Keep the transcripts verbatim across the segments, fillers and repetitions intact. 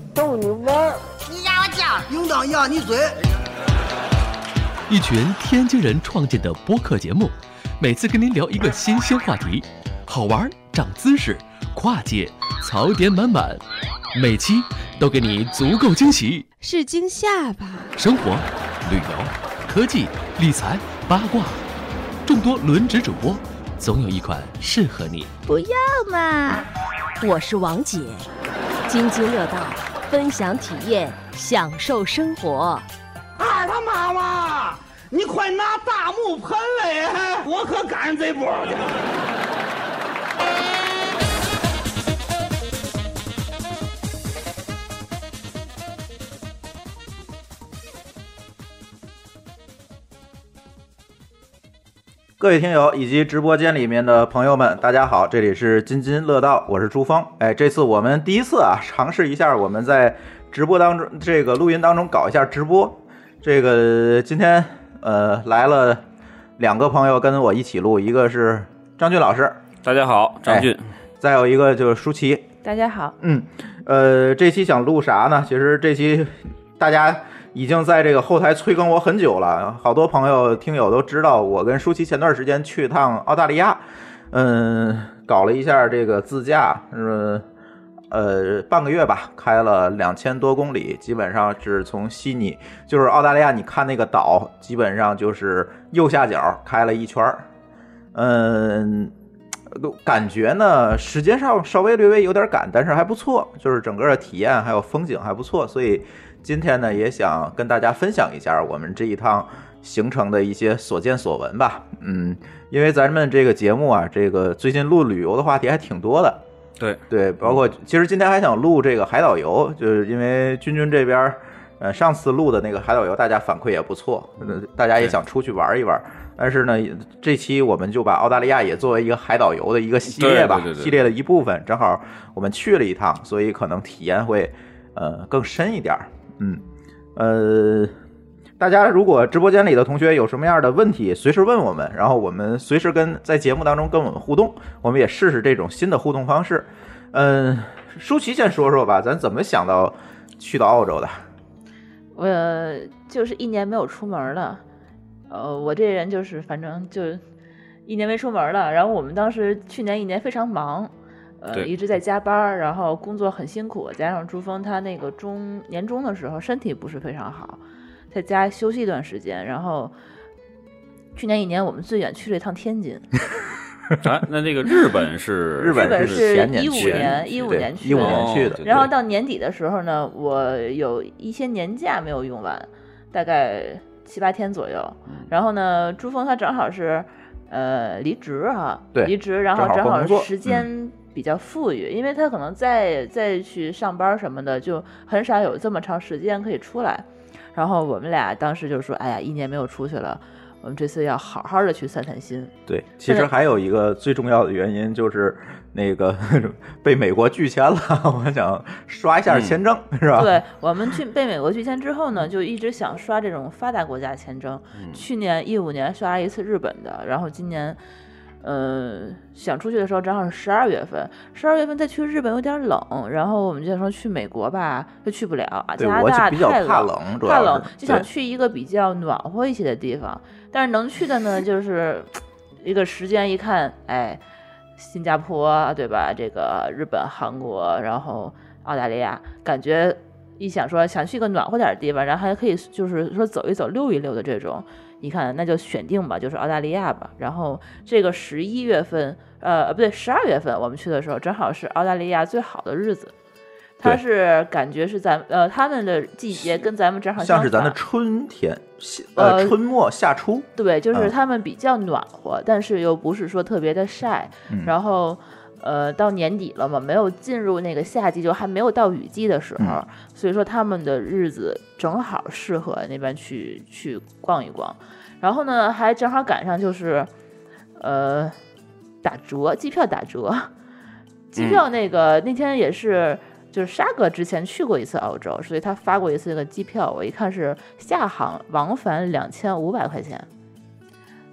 逗你玩。 你压我脚， 应当压你嘴。 一群天津人创建的播客节目，每次跟您聊一个新鲜话题，好玩、长姿势、跨界、槽点满满，每期都给你足够惊喜。 是惊吓吧？ 生活、旅游、科技、理财、八卦，众多轮值主播，总有一款适合你。 不要嘛！我是王姐，津津乐道，分享体验，享受生活。 二他妈妈，你快拿大木盆来，我可赶上这波去。 各位听友以及直播间里面的朋友们，大家好，这里是津津乐道，我是朱峰。哎，这次我们第一次啊，尝试一下我们在直播当中，这个录音当中搞一下直播。这个今天呃来了两个朋友跟我一起录，一个是张俊老师， 大家好，张俊、 哎，再有一个就是舒淇， 大家好。 嗯，呃，这期想录啥呢？其实这期大家已经在这个后台催更我很久了，好多朋友听友都知道，我跟舒淇前段时间去趟澳大利亚，嗯，搞了一下这个自驾，嗯。呃，半个月吧，开了两千多公里，基本上是从悉尼，就是澳大利亚，你看那个岛，基本上就是右下角开了一圈儿。嗯，感觉呢，时间上稍微略微有点赶，但是还不错，就是整个的体验还有风景还不错，所以今天呢，也想跟大家分享一下我们这一趟行程的一些所见所闻吧。嗯，因为咱们这个节目啊，这个最近录旅游的话题还挺多的。 对对，包括其实今天还想录这个海岛游，就是因为君君这边，呃，上次录的那个海岛游，大家反馈也不错，大家也想出去玩一玩。但是呢，这期我们就把澳大利亚也作为一个海岛游的一个系列吧， 对对对对， 系列的一部分。正好我们去了一趟，所以可能体验会呃更深一点。嗯，呃。大家如果直播间里的同学有什么样的问题，随时问我们，然后我们随时跟在节目当中跟我们互动，我们也试试这种新的互动方式。嗯，舒淇先说说吧，咱怎么想到去到澳洲的？ 我就是一年没有出门了，呃，我这人就是反正就一年没出门了。然后我们当时去年一年非常忙，呃，一直在加班，然后工作很辛苦，加上朱峰他那个中年终的时候身体不是非常好。在家休息一段时间，然后去年一年我们最远去了一趟天津。 啊，那这个日本是日本是前年一五年一五年去的， 一五年去的。 然后到年底的时候呢，我有一些年假没有用完，大概七八天左右。然后呢，朱峰他正好是呃离职哈， 对， 离职，然后正好时间比较富裕，嗯、因为他可能再再去上班什么的，就很少有这么长时间可以出来。然后我们俩当时就说，哎呀，一年没有出去了，我们这次要好好的去散散心。 对，其实还有一个最重要的原因就是那个被美国拒签了，我想刷一下签证、嗯、是吧？ 对，我们去被美国拒签之后呢，就一直想刷这种发达国家签证。嗯、去年一五年刷了一次日本的，然后今年呃，想出去的时候正好是十二月份，十二月份再去日本有点冷，然后我们就想说去美国吧，就去不了啊，加拿大太冷， 冷太冷，就想去一个比较暖和一些的地方。但是能去的呢，就是一个时间一看，哎，新加坡对吧？这个日本、韩国，然后澳大利亚，感觉一想说想去一个暖和点的地方，然后还可以就是说走一走、溜一溜的这种。你看，那就选定吧，就是澳大利亚吧。然后这个十一月份，呃，不对，十二月份我们去的时候，正好是澳大利亚最好的日子。它是感觉是咱呃他们的季节跟咱们正好相反， 像是咱的春天，呃，春末夏初。 对，就是他们比较暖和，嗯、但是又不是说特别的晒。嗯、然后，呃，到年底了嘛，没有进入那个夏季，就还没有到雨季的时候，嗯、所以说他们的日子正好适合那边去去逛一逛。然后呢，还正好赶上就是，呃，打折，机票打折，机票那个、嗯、那天也是。就是沙哥之前去过一次澳洲，所以他发过一次那个机票，我一看是厦航往返两千五百块钱，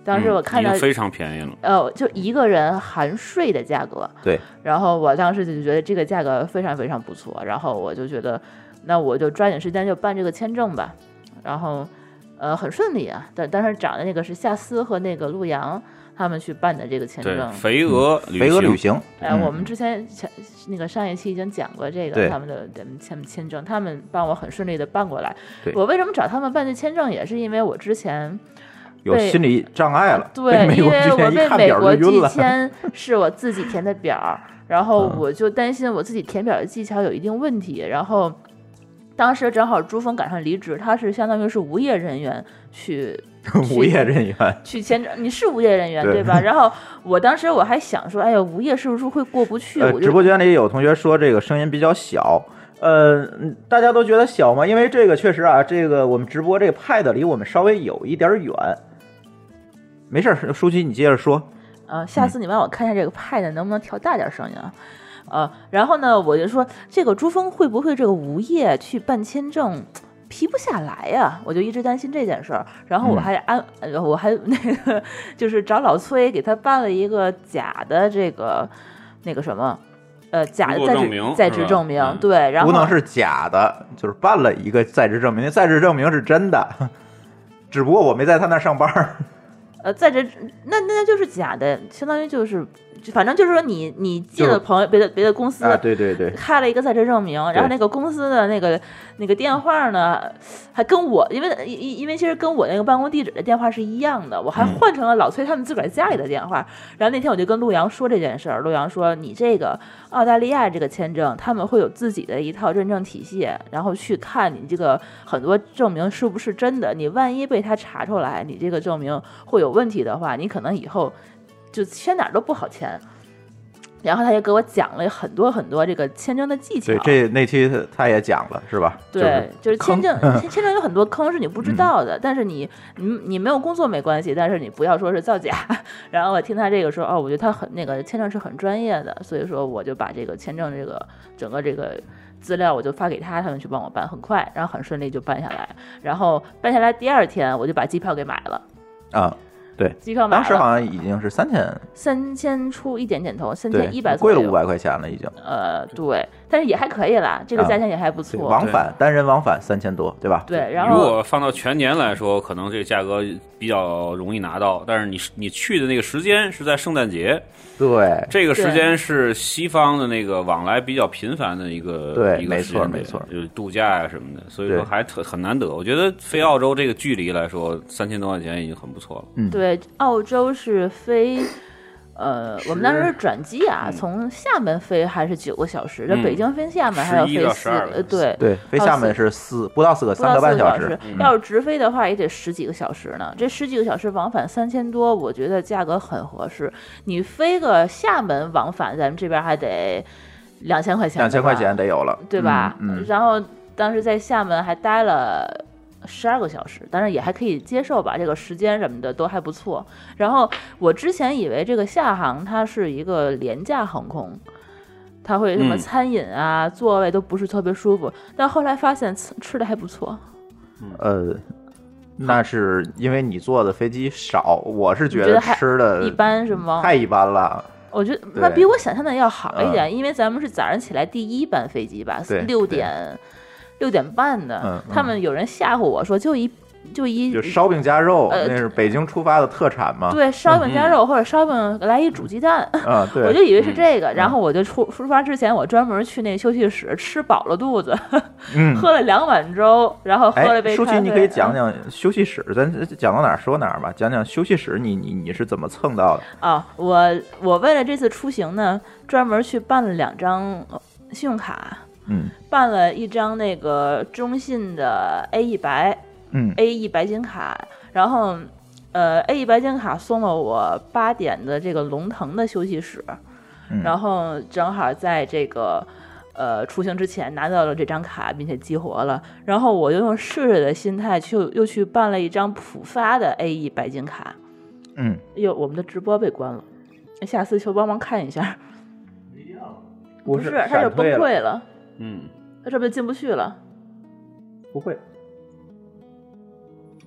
当时我看到、 嗯、已经非常便宜了， 呃，就一个人含税的价格。 对。 然后我当时就觉得这个价格非常非常不错，然后我就觉得，那我就抓紧时间就办这个签证吧。然后，呃，很顺利啊。但当时找的那个是夏思和那个陆阳他们去办的这个签证。 肥鹅旅肥鹅旅行。 哎、呃嗯，我们之前那个上一期已经讲过这个他们的签签证，他们帮我很顺利的办过来。我为什么找他们办这签证，也是因为我之前。 有心理障碍了， 对，因为我被美国寄签是我自己填的表，然后我就担心我自己填表的技巧有一定问题，然后当时正好朱峰赶上离职，他是相当于是无业人员去无业人员去签证，你是无业人员 对, 对吧？然后我当时我还想说，哎呀，无业是不是会过不去？ 呃、 我直播间里有同学说这个声音比较小。呃，大家都觉得小吗？因为这个确实啊，这个我们直播这个 pad 离我们稍微有一点远。没事，书记你接着说。 呃，下次你帮我看一下这个 pad 能不能调大点声音啊？呃，然后呢，我就说这个朱峰会不会这个无业去办签证批不下来呀？我就一直担心这件事儿。然后我还安，嗯、我还那个就是找老崔给他办了一个假的这个那个什么。呃，假的在职在职证明， 嗯、 对，然后不能是假的，就是办了一个在职证明，那在职证明是真的，只不过我没在他那上班。 呃，在职那那就是假的，相当于就是，反正就是说你你借了朋友别的别的公司， 啊，对对对， 开了一个在职证明，然后那个公司的那个那个电话呢，还跟我，因为因因为其实跟我那个办公地址的电话是一样的，我还换成了老崔他们自个儿家里的电话。嗯、然后那天我就跟陆阳说这件事儿，陆阳说你这个澳大利亚这个签证，他们会有自己的一套认证体系，然后去看你这个很多证明是不是真的，你万一被他查出来，你这个证明会有问题的话，你可能以后就签哪儿都不好签。然后他就给我讲了很多很多这个签证的技巧。 对，这那期他也讲了，是吧？ 对，就是签证，签证有很多坑是你不知道的，嗯、但是你你你没有工作没关系，但是你不要说是造假。然后我听他这个说，哦，我觉得他很那个签证是很专业的，所以说我就把这个签证这个整个这个资料我就发给他，他们去帮我办，很快，然后很顺利就办下来。然后办下来第二天，我就把机票给买了。 啊。对， 机票买了， 当时好像已经是三千， 三千出一点点头，三千一百， 贵了五百块钱了已经。 呃，对，但是也还可以啦，这个价钱也还不错。 啊、往返单人往返三千多，对吧？ 对，然后如果放到全年来说，可能这个价格比较容易拿到，但是你你去的那个时间是在圣诞节， 对， 这个时间是西方的那个往来比较频繁的一个对， 一个时间没错没错， 就是度假呀什么的，所以说还很很难得。我觉得飞澳洲这个距离来说，三千多块钱已经很不错了。 嗯， 对。澳洲是飞，呃，我们当时是转机啊，从厦门飞还是九个小时，这、嗯、北京飞厦门还要飞四个，呃，对对，飞厦门是四不到四个，三个半小时。 嗯、要是直飞的话，也得十几个小时呢。这十几个小时往返三千多，我觉得价格很合适。你飞个厦门往返，咱们这边还得两千块钱， 两千块钱得有了， 对吧？ 嗯嗯、 然后当时在厦门还待了十二个小时，当然也还可以接受吧，这个时间什么的都还不错。然后我之前以为这个厦航它是一个廉价航空，它会什么餐饮啊、嗯、座位都不是特别舒服，但后来发现吃的还不错。 呃，那是因为你坐的飞机少，我是觉得吃的一般是吗？ 太一般了。 我觉得那比我想象的要好一点，因为咱们是早上起来第一班飞机吧，六点。六点半的、 嗯嗯， 他们有人吓唬我说就一就一就烧饼夹肉、 呃， 那是北京出发的特产吗？ 对，烧饼夹肉、嗯、或者烧饼来一煮鸡蛋， 啊，对， 我就以为是这个，嗯、然后我就出出发之前，我专门去那个休息室吃饱了肚子，嗯、喝了两碗粥，然后喝了杯咖啡。 舒淇，你可以讲讲休息室，咱讲到哪儿说哪儿吧，讲讲休息室你，你你你是怎么蹭到的？ 啊，我我为了这次出行呢，专门去办了两张信用卡。 嗯， 办了一张那个中信的 A 一白， 嗯 ，A 一白金卡，然后，呃 ，A 一白金卡送了我八点的这个龙腾的休息室， 嗯、 然后正好在这个呃出行之前拿到了这张卡，并且激活了，然后我就用试着的心态去又去办了一张浦发的 A 一白金卡， 嗯， 哟，我们的直播被关了，下次求帮忙看一下，不是，它就崩溃了。 嗯， 他这不就进不去了？ 不会。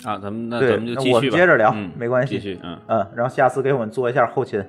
啊，咱们那对， 咱们就继续吧， 我们接着聊， 嗯、 没关系， 继续，嗯嗯，然后夏思给我们做一下后勤。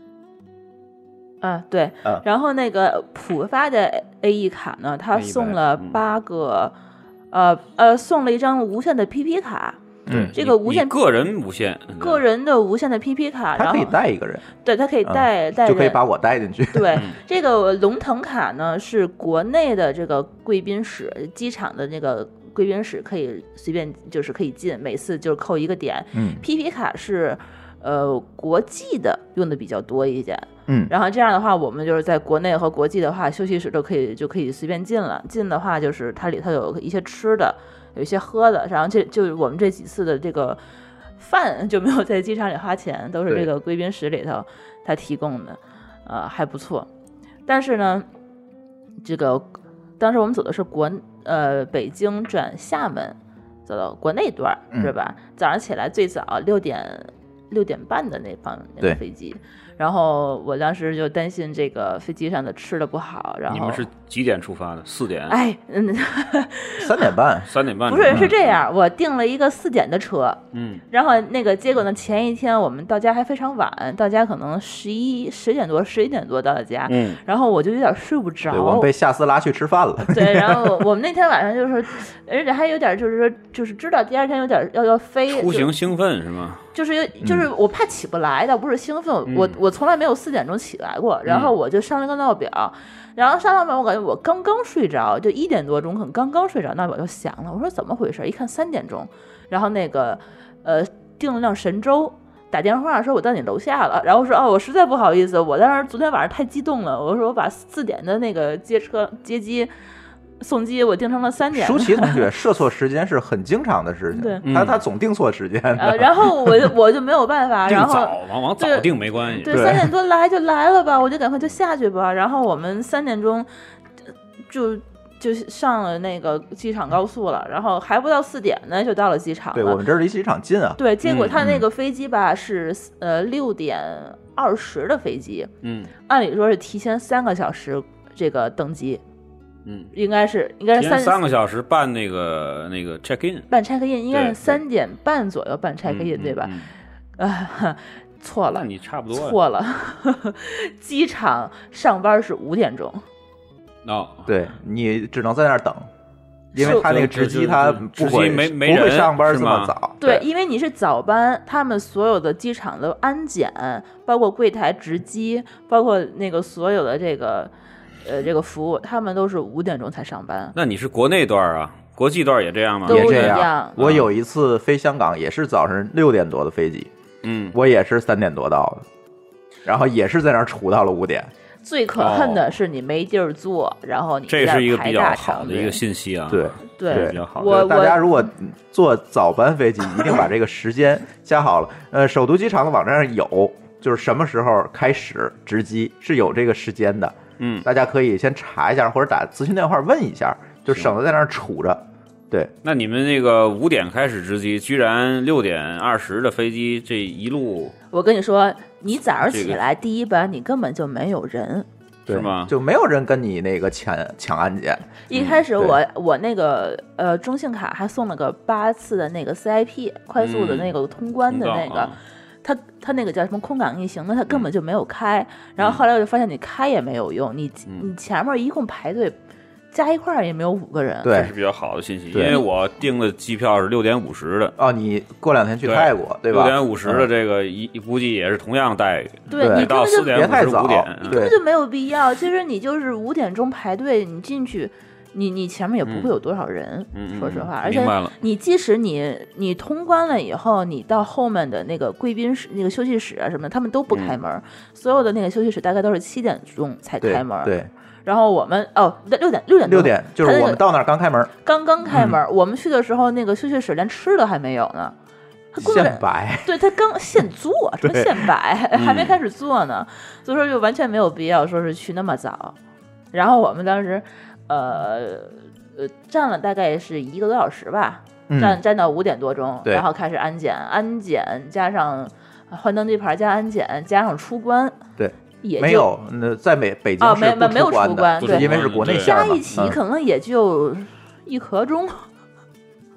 啊，对， 嗯、 然后那个浦发的 A E 卡呢，它送了八个，嗯、呃呃，送了一张无线的 P P 卡。 嗯， 这个无线个人无线， 个人的无线的 P P 卡， 它可以带一个人， 对，它可以带、 嗯、 带就可以把我带进去。 对，这个龙腾卡呢是国内的这个贵宾室，机场的那个贵宾室可以随便就是可以进，每次就扣一个点。 嗯 ，P P 卡是呃国际的用的比较多一点。 嗯， 然后这样的话，我们就是在国内和国际的话，休息室都可以就可以随便进了。进的话就是它里头有一些吃的。有一些喝的，然后这就我们这几次的这个饭就没有在机场里花钱，都是这个贵宾室里头他提供的，呃，还不错。但是呢，这个当时我们走的是国呃北京转厦门，走到国内段是吧？嗯、早上起来最早六点六点半的那帮那个飞机。然后我当时就担心这个飞机上的吃的不好，然后你们是几点出发的？四点？ 哎，嗯， 三点半， 三点半。 不是，是这样，我订了一个四点的车， 嗯， 然后那个结果呢，前一天我们到家还非常晚，到家可能十一十点多、十一点多到了家， 嗯， 然后我就有点睡不着， 我们被夏斯拉去吃饭了， 对，然后我们那天晚上就是，而且还有点就是说，就是知道第二天有点要要飞， 出行兴奋是吗？ 就是有，就是我怕起不来的，不是兴奋， 嗯、 我我从来没有四点钟起来过，然后我就上了个闹表，嗯、然后上闹表，我感觉我刚刚睡着，就一点多钟，可能刚刚睡着，闹表就响了，我说怎么回事？一看三点钟，然后那个呃订了辆神舟，打电话说我到你楼下了，然后说哦我实在不好意思，我当时昨天晚上太激动了，我说我把四点的那个接车接机。送机我定成了三点。 舒淇同学设错时间是很经常的事情， 对， 他他总定错时间的。 呃，然后我就我就没有办法，然后早往往早定没关系。 对，三点多来就来了吧，我就赶快就下去吧。然后我们三点钟就就上了那个机场高速了，然后还不到四点呢就到了机场了。 对，我们这儿离机场近啊。 对，结果他那个飞机吧、嗯、是呃六点二十的飞机， 嗯， 按理说是提前三个小时这个登机。 嗯， 应该是应该是三三个小时办那个那个 check in， 办 check in 应该是三点半左右办 check in 对吧？ 嗯嗯、呃，错了， 那你差不多错了。机场上班是五点钟。 哦， 对你只能在那儿等，因为他那个值机他不会没没不会上班这么早。 对，因为你是早班，他们所有的机场的安检，包括柜台值机，包括那个所有的这个。呃，这个服务他们都是五点钟才上班。 那你是国内段啊？国际段也这样吗？ 都也这样。 我有一次飞香港，也是早上六点多的飞机， 嗯， 我也是三点多到的，然后也是在那儿杵到了五点。 最可恨的是你没地儿坐，哦、然后你这是一个比较好的一个信息啊。 对对， 比较好。 我大家如果坐早班飞机，一定把这个时间加好了。呃，首都机场的网站上有，就是什么时候开始值机是有这个时间的。 嗯， 大家可以先查一下，或者打咨询电话问一下，就省得在那儿杵着。对， 那你们那个五点开始值机，居然六点二十的飞机，这一路， 我跟你说，你早上起来第一班，你根本就没有人， 是吗？ 就没有人跟你那个抢抢安检。 一开始我、嗯、我那个呃中信卡还送了个八次的那个 C I P 快速的那个通关的那个。嗯他他那个叫什么空港逆行的，他根本就没有开。嗯、然后后来我就发现，你开也没有用，你、嗯、你前面一共排队加一块儿也没有五个人。 对， 这是比较好的信息，因为我订的机票是六点五十的。 哦，你过两天去泰国， 对, 对吧？ 六点五十的这个一、嗯、估计也是同样待遇。 对，你到四点五十五点， 你根本就没有必要。其实你就是五点钟排队，你进去。你你前面也不会有多少人， 嗯、 说实话， 嗯、 而且你即使你你通关了以后，你到后面的那个贵宾室、那个休息室啊什么的，他们都不开门，嗯、所有的那个休息室大概都是七点钟才开门。 对。对然后我们哦，六点六点六点就是我们到那儿刚开门， 刚刚开门、嗯。我们去的时候，那个休息室连吃的还没有呢，他现摆。 对他刚现做，什么现摆，还没开始做呢，所以说就完全没有必要说是去那么早。然后我们当时。呃呃，站了大概是一个多小时吧，站、嗯、站到五点多钟，然后开始安检，安检加上换登机牌加安检加上出关， 对， 也没有，那在美北京啊没没没有出关， 对，因为是国内线加一起可能也就一刻钟。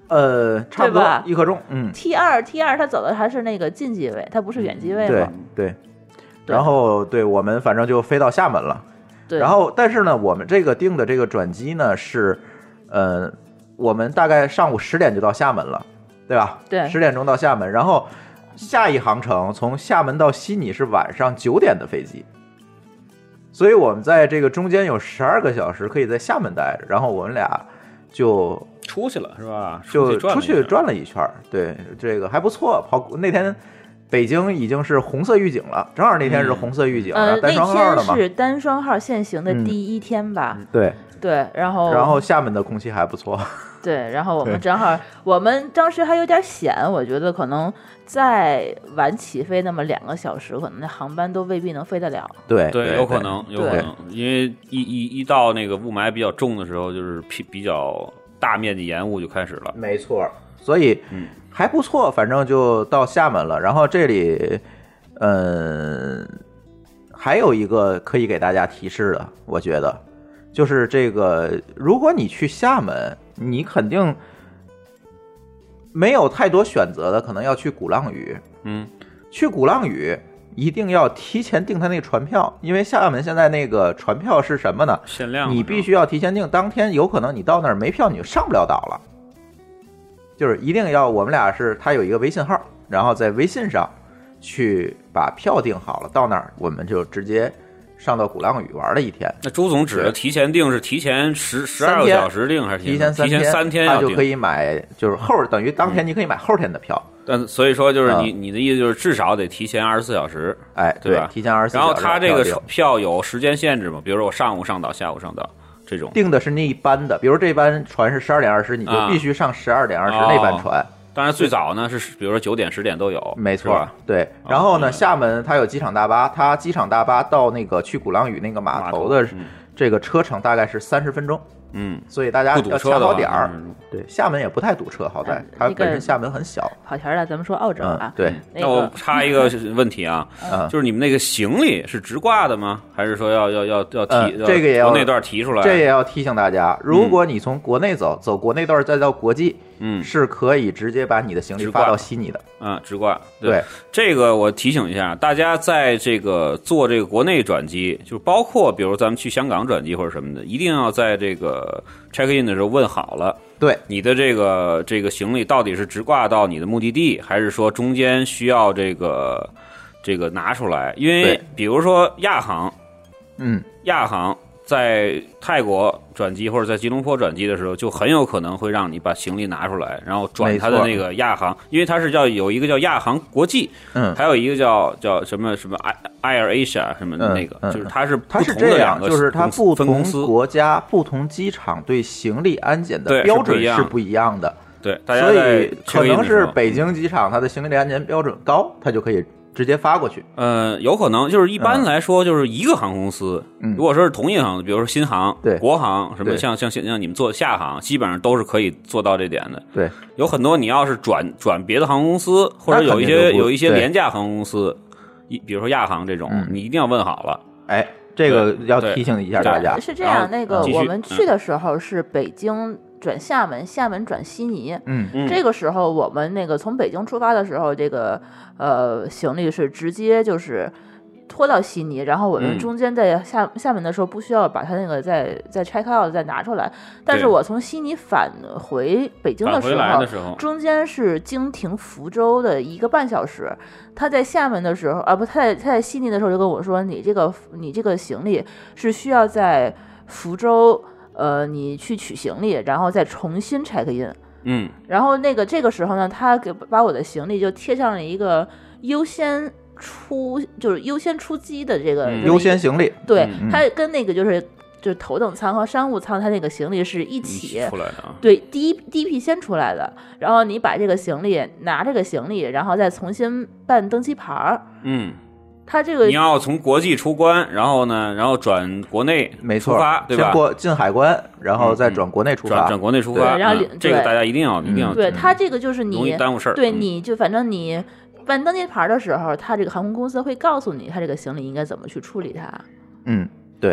呃，差不多对吧一刻钟。嗯 T 二 T 二它走的还是那个近机位，它不是远机位对嘛？ 对。然后对我们反正就飞到厦门了。 对。 然后但是呢，我们这个订的这个转机呢是，呃，我们大概上午十点就到厦门了，对吧？ 对。 十点钟到厦门，然后下一航程从厦门到悉尼是晚上九点的飞机。所以我们在这个中间有十二个小时可以在厦门待着，然后我们俩就出去了是吧？ 就出去转转了一圈，对，这个还不错。跑那天北京已经是红色预警了，正好那天是红色预警， 嗯、呃， 单双号的嘛。 那天是单双号限行的第一天吧？ 嗯、对对，然后然后厦门的空气还不错。 对，然后我们正好，我们当时还有点险，我觉得可能再晚起飞那么两个小时，可能那航班都未必能飞得了。 对对，有可能，有可能，因为一一一到那个雾霾比较重的时候，就是比比较大面积延误就开始了。 没错，所以嗯还不错，反正就到厦门了。然后这里，嗯，还有一个可以给大家提示的，我觉得。就是这个，如果你去厦门，你肯定没有太多选择的，可能要去鼓浪屿。 嗯， 去鼓浪屿一定要提前订他那个船票，因为厦门现在那个船票是什么呢？ 限量， 你必须要提前订，当天有可能你到那儿没票，你就上不了岛了。就是一定要，我们俩是他有一个微信号，然后在微信上去把票订好了，到那儿我们就直接上到鼓浪屿玩了一天。 那朱总指的提前订是提前十十二个小时订还是提前提前三天他就可以买，就是后等于当天你可以买后天的票。 但所以说就是你、 嗯、 你的意思就是至少得提前二十四小时， 哎， 对吧？ 提前二十四小时。然后他这个票有时间限制吗？比如说我上午上岛，下午上岛这种。 订的是那一班的，比如这班船是十二点二十，你就必须上十二点二十那班船。 哦当然，最早呢是，比如说九点、十点都有， 没错，对。然后呢， 哦、 厦门它有机场大巴，它机场大巴到那个去鼓浪屿那个码头的这个车程大概是三十分钟， 嗯， 所以大家要掐好点儿。 嗯、 对，厦门也不太堵车，好在、嗯、它本身厦门很小。 跑题了，咱们说澳洲啊， 嗯、对、 那个。 那我插一个问题啊， 嗯、 就是你们那个行李是直挂的吗？还是说要要要要提、 嗯？这个也要那段提出来？ 这也要提醒大家，如果你从国内走，嗯、走国内段再到国际。 嗯， 是可以直接把你的行李发到悉尼的。 嗯，直挂。 对， 对这个我提醒一下大家，在这个做这个国内转机，就包括比如咱们去香港转机或者什么的，一定要在这个 check in 的时候问好了。 对， 你的这个这个行李到底是直挂到你的目的地，还是说中间需要这个这个拿出来？因为比如说亚航， 嗯， 亚航。在泰国转机或者在吉隆坡转机的时候，就很有可能会让你把行李拿出来，然后转它的那个亚航，因为它是叫有一个叫亚航国际， 嗯， 还有一个叫叫什么什么 Air Asia 什么的那个， 嗯嗯、 就是它是它是这样，就是它不同国家、不同机场对行李安检的标准是不一样的。 对，大家所以可能是北京机场它的行李安检标准高，它就可以直接发过去。 呃，有可能就是一般来说，就是一个航空公司， 嗯， 如果说是同一航，比如说新航、 对国航什么，像像像你们做厦航，基本上都是可以做到这点的。 对， 有很多你要是转转别的航空公司，或者有一些有一些廉价航空公司，一比如说亚航这种， 嗯、 你一定要问好了。 哎，这个要提醒一下大家。 是这样，那个嗯、 我们去的时候是北京转厦门，厦门转悉尼。 嗯， 这个时候我们那个从北京出发的时候，这个呃行李是直接就是拖到悉尼，然后我们中间在厦厦门的时候不需要把它那个再再 check out 再拿出来。但是我从悉尼返回北京的时候， 的时候中间是经停福州的一个半小时。他在厦门的时候啊，不，他在他在悉尼的时候就跟我说，你这个你这个行李是需要在福州。呃，你去取行李，然后再重新 check in。 嗯， 然后那个这个时候呢，他给把我的行李就贴上了一个优先出，就是优先出机的这个、 嗯、 优先行李。 对， 嗯、 他跟那个就是就是头等舱和商务舱，他那个行李是一起出来的、啊。 对，第一第一批先出来的，然后你把这个行李拿这个行李，然后再重新办登机牌。 嗯。 他这个你要从国际出关，然后呢，然后转国内出发，对吧？ 先过进海关，然后再转国内出发， 嗯、转转国内出发。 然后、 嗯、这个大家一定要、嗯、一定要。 对他这个就是你容易耽误事儿。 对，你就反正你办登机牌的时候，他这个航空公司会告诉你，他这个行李应该怎么去处理它。 嗯，对对。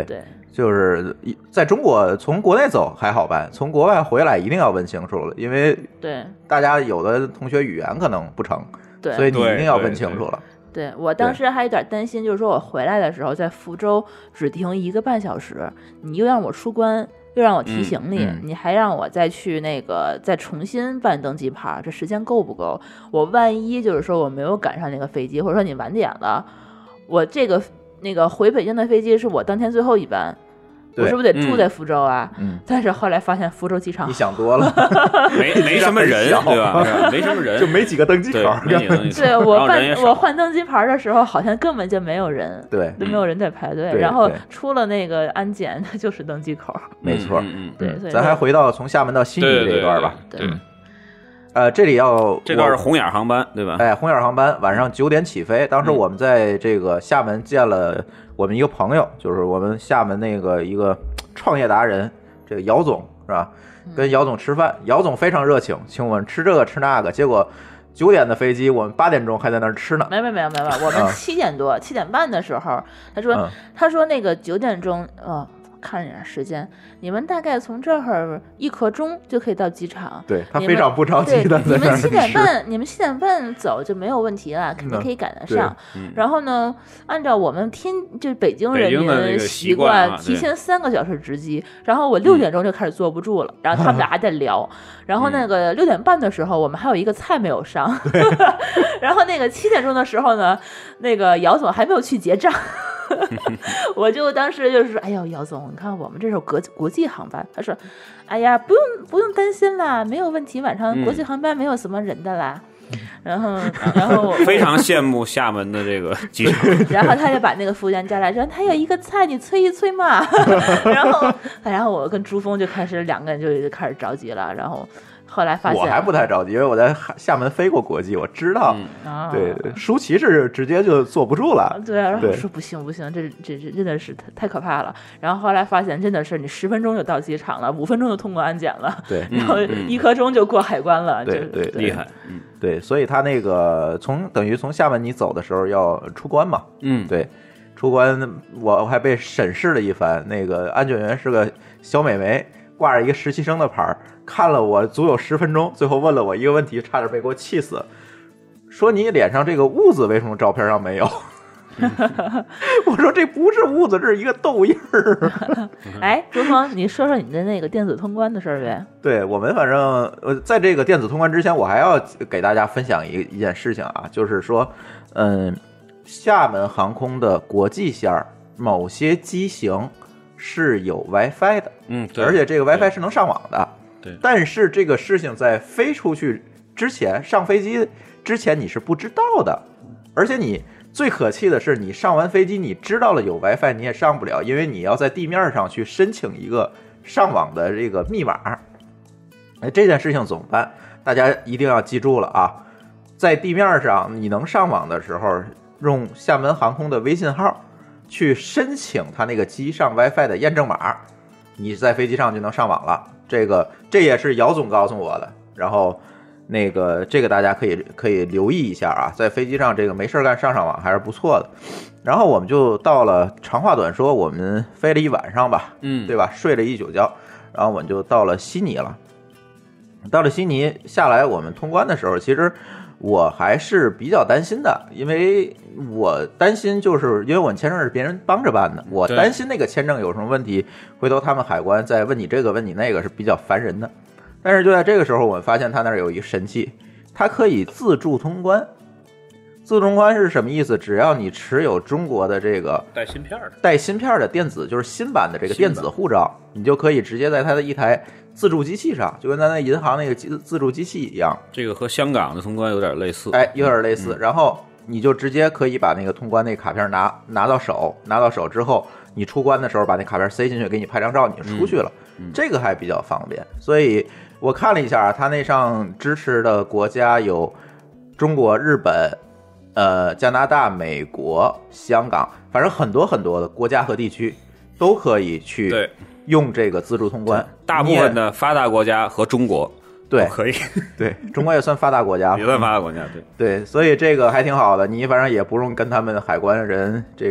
就是在中国从国内走还好办，从国外回来一定要问清楚了，因为对大家有的同学语言可能不成， 对， 所以你一定要问清楚了。 对，对我当时还有点担心，就是说我回来的时候在福州只停一个半小时，你又让我出关，又让我提行李， 嗯嗯、 你还让我再去那个再重新办登机牌，这时间够不够？我万一就是说我没有赶上那个飞机，或者说你晚点了，我这个那个回北京的飞机是我当天最后一班。我是不是得住在福州啊？ 嗯， 但是后来发现福州机场， 你想多了， 没没什么人，对吧？没什么人， 就没几个登机口。 对，我办我换登机牌的时候，好像根本就没有人， 对， 都没有人在排队。然后出了那个安检，它就是登机口。 没错， 嗯， 对。所以咱还回到从厦门到悉尼这一段吧。 对。 呃，这里要这段是红眼航班，对吧？ 哎，红眼航班晚上九点起飞。当时我们在这个厦门见了我们一个朋友，就是我们厦门那个一个创业达人，这个姚总是吧？跟姚总吃饭，姚总非常热情，请我们吃这个吃那个。结果九点的飞机，我们八点钟还在那儿吃呢。 没没没有没有，我们七点多、七点半的时候，他说、嗯、他说那个九点钟，呃。看了点时间，你们大概从这儿一刻钟就可以到机场。 对，他非常不着急的。 你们七点半，你们七点半走就没有问题了，肯定可以赶得上。 嗯、 然后呢，按照我们天就是北京人民习惯，提前三个小时值机。然后我六点钟就开始坐不住了，嗯、然后他们俩还在聊。然后那个六点半的时候，我们还有一个菜没有上。然后那个七点钟的时候呢，那个姚总还没有去结账。我就当时就是说，哎呦，姚总，你看我们这是国国际航班。他说，哎呀，不用不用担心啦，没有问题，晚上国际航班没有什么人的啦。嗯、然后，然后我非常羡慕厦门的这个机场。 然后他就把那个服务员叫来说，他有一个菜，你催一催嘛。然后，然后我跟朱峰就开始两个人就开始着急了，然后。后来发现我还不太着急，因为我在厦门飞过国际，我知道。 嗯、 对，舒淇是直接就坐不住了。 对，然后我说不行不行，这这这真的是太太可怕了。然后后来发现真的是你十分钟就到机场了，五分钟就通过安检了， 对， 然后一刻钟就过海关了， 对对， 厉害。 嗯，对，所以他那个从等于从厦门你走的时候要出关嘛， 嗯， 对，出关我还被审视了一番，那个安检员是个小美眉。挂着一个实习生的牌，看了我足有十分钟，最后问了我一个问题，差点被给我气死，说你脸上这个痦子为什么照片上没有？我说这不是痦子，这是一个痘印儿。 哎，朱峰，你说说你的那个电子通关的事儿呗？ 对，我们反正呃，在这个电子通关之前，我还要给大家分享一一件事情啊，就是说，嗯，厦门航空的国际线某些机型是有 WiFi 的， 嗯，对， 而且这个 WiFi 是能上网的， 对。 但是这个事情在飞出去之前，上飞机之前你是不知道的，而且你最可气的是，你上完飞机你知道了有 WiFi， 你也上不了，因为你要在地面上去申请一个上网的这个密码。哎，这件事情怎么办？大家一定要记住了啊！在地面上你能上网的时候，用厦门航空的微信号。去申请他那个机上 WiFi 的验证码，你在飞机上就能上网了。这个这也是姚总告诉我的。然后那个这个大家可以可以留意一下啊，在飞机上这个没事干上上网还是不错的。然后我们就到了，长话短说，我们飞了一晚上吧， 嗯， 对吧？睡了一宿觉，然后我们就到了悉尼了。到了悉尼下来，我们通关的时候，其实。我还是比较担心的，因为我担心就是因为我签证是别人帮着办的，我担心那个签证有什么问题，回头他们海关再问你这个问你那个是比较烦人的。但是就在这个时候，我们发现他那儿有一个神器，它可以自助通关。自助通关是什么意思？只要你持有中国的这个带芯片的带芯片的电子，就是新版的这个电子护照，你就可以直接在它的一台自助机器上，就跟咱那银行那个自助机器一样。 这个和香港的通关有点类似， 哎，有点类似。嗯、然后你就直接可以把那个通关那个卡片拿拿到手，拿到手之后，你出关的时候把那卡片塞进去，给你拍张照，你就出去了。嗯嗯、这个还比较方便。所以我看了一下，它那上支持的国家有中国、日本。呃，加拿大、美国、香港，反正很多很多的国家和地区都可以去用这个自助通关。 大部分的发达国家和中国对可以， 对中国也算发达国家， 也算发达国家，对对，所以这个还挺好的。你反正也不用跟他们海关人这个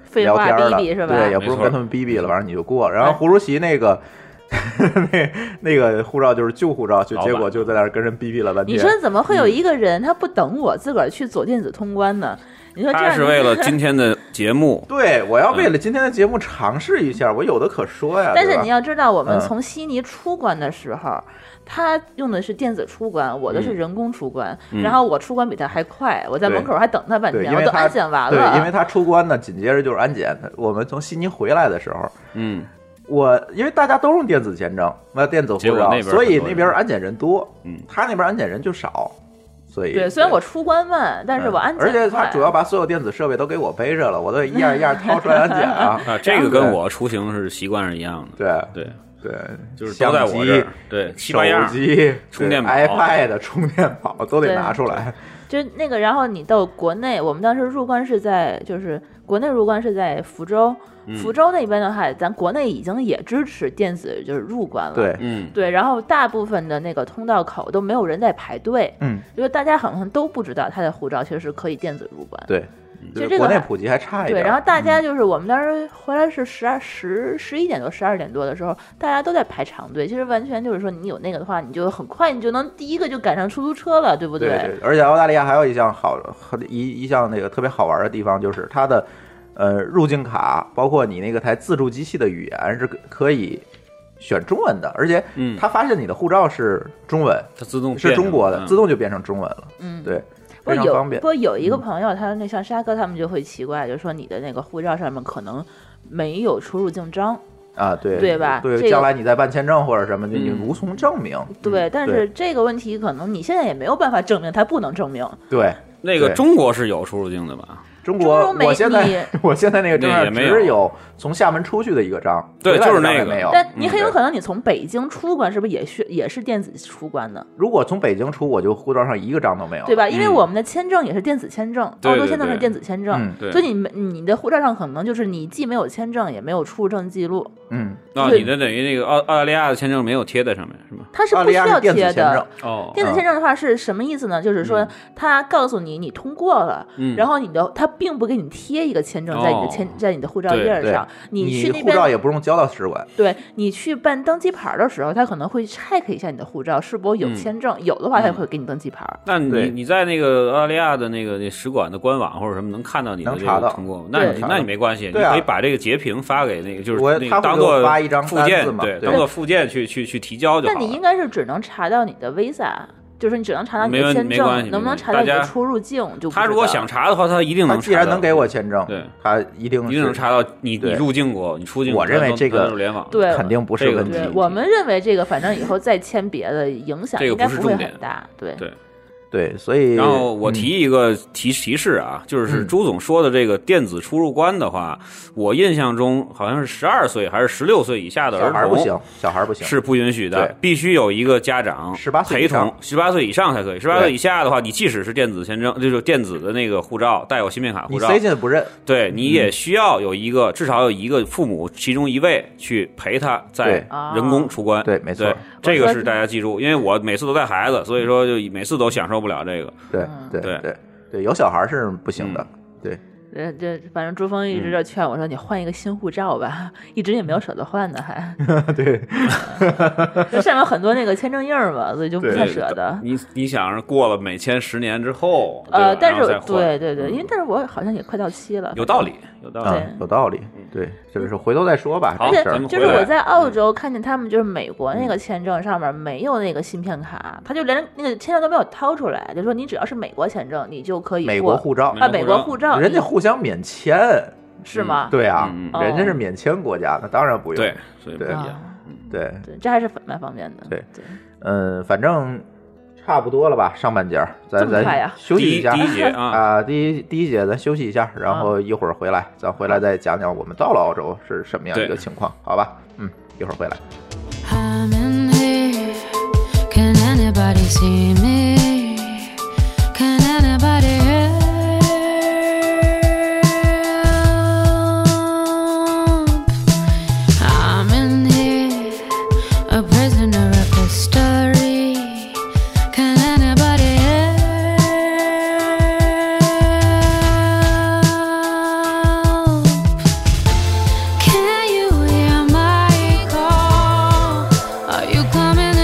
聊天了， 逼逼是吧？ 对，也不用跟他们逼逼了，反正你就过。然后胡主席那个。那那个护照就是旧护照，就结果就在那儿跟人逼逼了半天。 你说怎么会有一个人他不等我自个儿去走电子通关呢？你说这样他是为了今天的节目， 对，我要为了今天的节目尝试一下，我有的可说呀。 但是你要知道，我们从悉尼出关的时候，他用的是电子出关，我的是人工出关，然后我出关比他还快，我在门口还等他半天，我都安检完了。 对，因为他出关呢，紧接着就是安检。我们从悉尼回来的时候， 嗯。 我因为大家都用电子签证，那电子护照，所以那边安检人多， 嗯， 他那边安检人就少，所以对，虽然我出关慢，但是我安检快， 而且他主要把所有电子设备都给我背着了，我都一样一样掏出来安检啊。 啊，这个跟我出行是习惯是一样的， 对对对， 就是都在我这儿，对， 手机、 充电宝、 iPad、充电宝都得拿出来。 就那个，然后你到国内，我们当时入关是在，就是国内入关是在福州。福州那边的话，咱国内已经也支持电子就是入关了， 对， 嗯， 对，然后大部分的那个通道口都没有人在排队， 嗯， 因为大家好像都不知道他的护照其实是可以电子入关， 对， 就这个国内普及还差一点， 对，然后大家就是我们当时回来是十二十十一点多十二点多的时候，大家都在排长队，其实完全就是说你有那个的话，你就很快你就能第一个就赶上出租车了，对不对？对对，而且澳大利亚还有一项好一一项那个特别好玩的地方，就是它的。呃，入境卡包括你那个台自助机器的语言是可以选中文的，而且它发现你的护照是中文， 它自动是中国的，自动就变成中文了。 嗯， 对，非常方便。 不过有一个朋友，他那像沙哥他们就会奇怪，就是说你的那个护照上面可能没有出入境章。 啊，对对吧？ 对， 这个、 将来你再办签证或者什么，就你无从证明。 嗯、对，但是这个问题可能你现在也没有办法证明，它不能证明。 对， 那个中国是有出入境的吧？ 中国，我现在我现在那个证上只有从厦门出去的一个章， 对，就是那个没有。 但你很有可能你从北京出关，是不是也是也是电子出关的？ 如果从北京出，我就护照上一个章都没有， 对吧？因为我们的签证也是电子签证， 澳洲签证是电子签证，所以你你的护照上可能就是你既没有签证，也没有出入证记录。 嗯， 那你的等于那个澳澳大利亚的签证没有贴在上面是吗？ 它是不需要贴的。 哦， 电子签证的话是什么意思呢？就是说它告诉你你通过了，然后你的它并不给你贴一个签证在你的签在你的护照页上， 你去那边护照也不用交到使馆。 对，你去办登记牌的时候，他可能会 check 一下你的护照是否有签证，有的话他会给你登记牌。 那你你在那个澳大利亚的那个那使馆的官网或者什么能看到你的这个通过？那你那你没关系，你可以把这个截屏发给那个就是那个当做发一张附件，对，当做附件去去去提交就好了。 那你应该是只能查到你的 Visa。就是你只能查到你的签证，能不能查到你的出入境就不知道。 他如果想查的话，他一定能查到。 他既然能给我签证， 对， 他一定一定能查到你你入境过，你出境过。 我认为这个联网对肯定不是问题。 对，我们认为这个反正以后再签别的影响应该不会很大。对对。 对，所以然后我提一个提提示啊，就是朱总说的这个电子出入关的话，我印象中好像是十二岁还是十六岁以下的儿童， 小孩不行，小孩不行， 是不允许的，必须有一个家长陪同，十八岁以上才可以。十八岁以下的话，你即使是电子签证，就是电子的那个护照，带有芯片卡护照， 你塞进不认， 对，你也需要有一个至少有一个父母其中一位去陪他在人工出关。 对，没错， 这个是大家记住，因为我每次都带孩子，所以说就每次都享受不了这个。 对对对对对，有小孩是不行的。对， 这这反正朱峰一直就劝我说：“你换一个新护照吧。”一直也没有舍得换呢，还对， 这上面很多那个签证印嘛，所以就不太舍得。 你你想着过了美签十年之后， 呃，但是对对对，因为但是我好像也快到期了， 有道理，有道理， 有道理。对，就是回头再说吧。 而且就是我在澳洲看见他们就是美国那个签证上面没有那个芯片卡，他就连那个签证都没有掏出来，就说你只要是美国签证，你就可以美国护照啊，美国护照， 人家互相免签是吗？ 对啊，人家是免签国家，那当然不用。 对，所以不一样。 对对，这还是蛮方便的。 对，嗯，反正。差不多了吧，上半节咱咱休息一下。 第一节啊，第一第一节咱休息一下，然后一会儿回来，咱回来再讲讲我们到了澳洲是什么样一个情况，好吧？嗯，一会儿回来。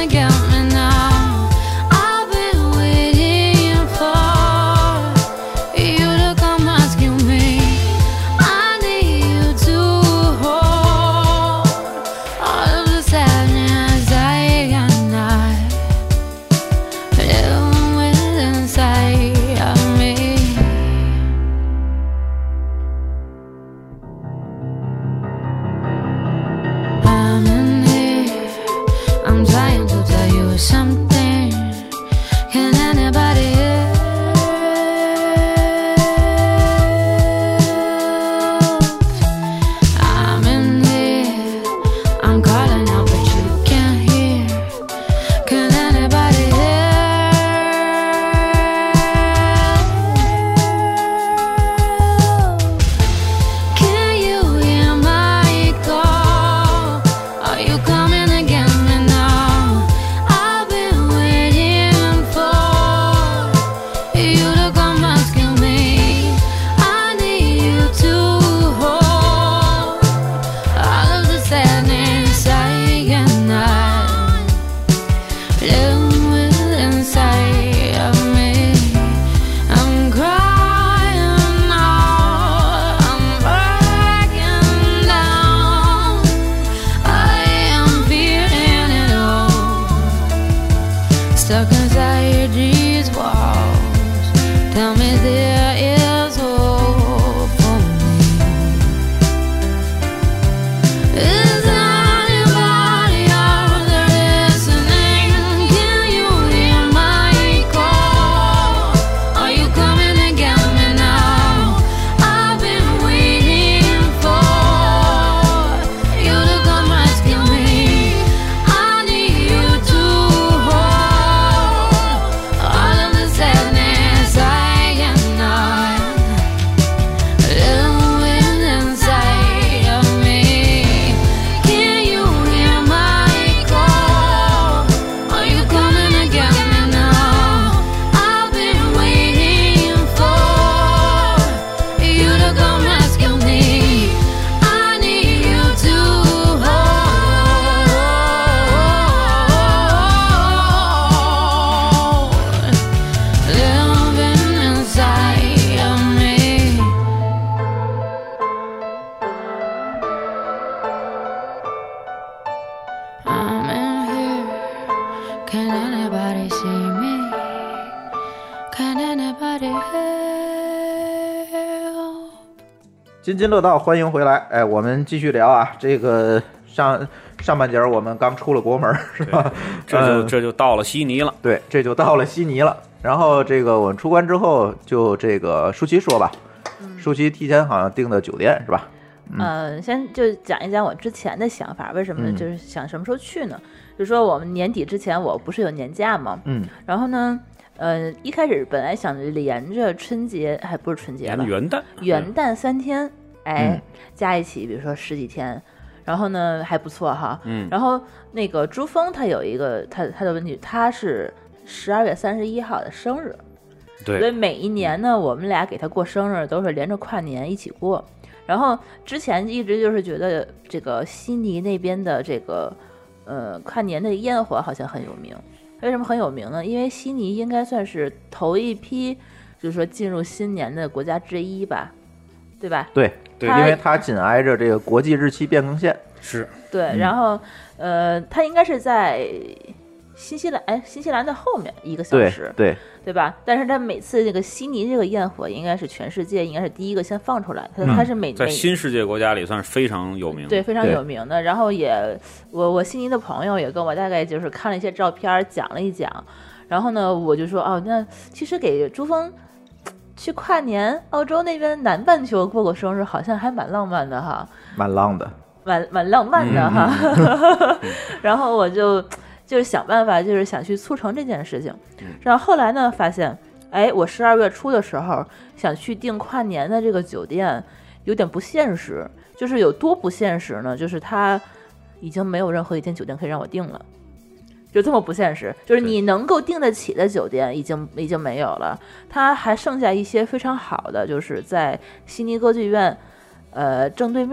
津津乐道，欢迎回来。哎，我们继续聊啊。这个上上半节我们刚出了国门，是吧？ 这就、嗯、这就到了悉尼了。 对，这就到了悉尼了。然后这个我们出关之后，就这个舒淇说吧。嗯、舒淇提前好像订的酒店是吧？ 嗯、呃，先就讲一讲我之前的想法，为什么就是想什么时候去呢？嗯、就是说我们年底之前我不是有年假吗？ 嗯， 然后呢？呃，一开始本来想连着春节，还不是春节了， 元旦， 元旦三天，哎，嗯、加一起，比如说十几天，然后呢还不错哈， 嗯， 然后那个朱峰他有一个他他的问题，他是十二月三十一号的生日， 对， 所以每一年呢，我们俩给他过生日都是连着跨年一起过，然后之前一直就是觉得这个悉尼那边的这个呃跨年的烟火好像很有名。为什么很有名呢？因为悉尼应该算是头一批，就是说进入新年的国家之一吧，对吧？ 对对，因为它紧挨着这个国际日期变更线， 是对。 嗯、 然后，呃，它应该是在新西兰，哎，新西兰的后面一个小时， 对对， 对吧？但是它每次这个悉尼这个焰火，应该是全世界应该是第一个先放出来，它、嗯、它是每在新世界国家里算是非常有名的， 对，非常有名的。然后也，我我悉尼的朋友也跟我大概就是看了一些照片，讲了一讲。然后呢，我就说哦，那其实给朱峰去跨年，澳洲那边南半球过过生日，好像还蛮浪漫的哈， 蛮浪的， 蛮蛮浪漫的哈。嗯、然后我就。就是想办法，就是想去促成这件事情。然后后来呢，发现，哎，我十二月初的时候想去订跨年的这个酒店，有点不现实。就是有多不现实呢？就是它已经没有任何一间酒店可以让我订了，就这么不现实。就是你能够订得起的酒店已经已经没有了，它还剩下一些非常好的，就是在悉尼歌剧院，呃，正对面。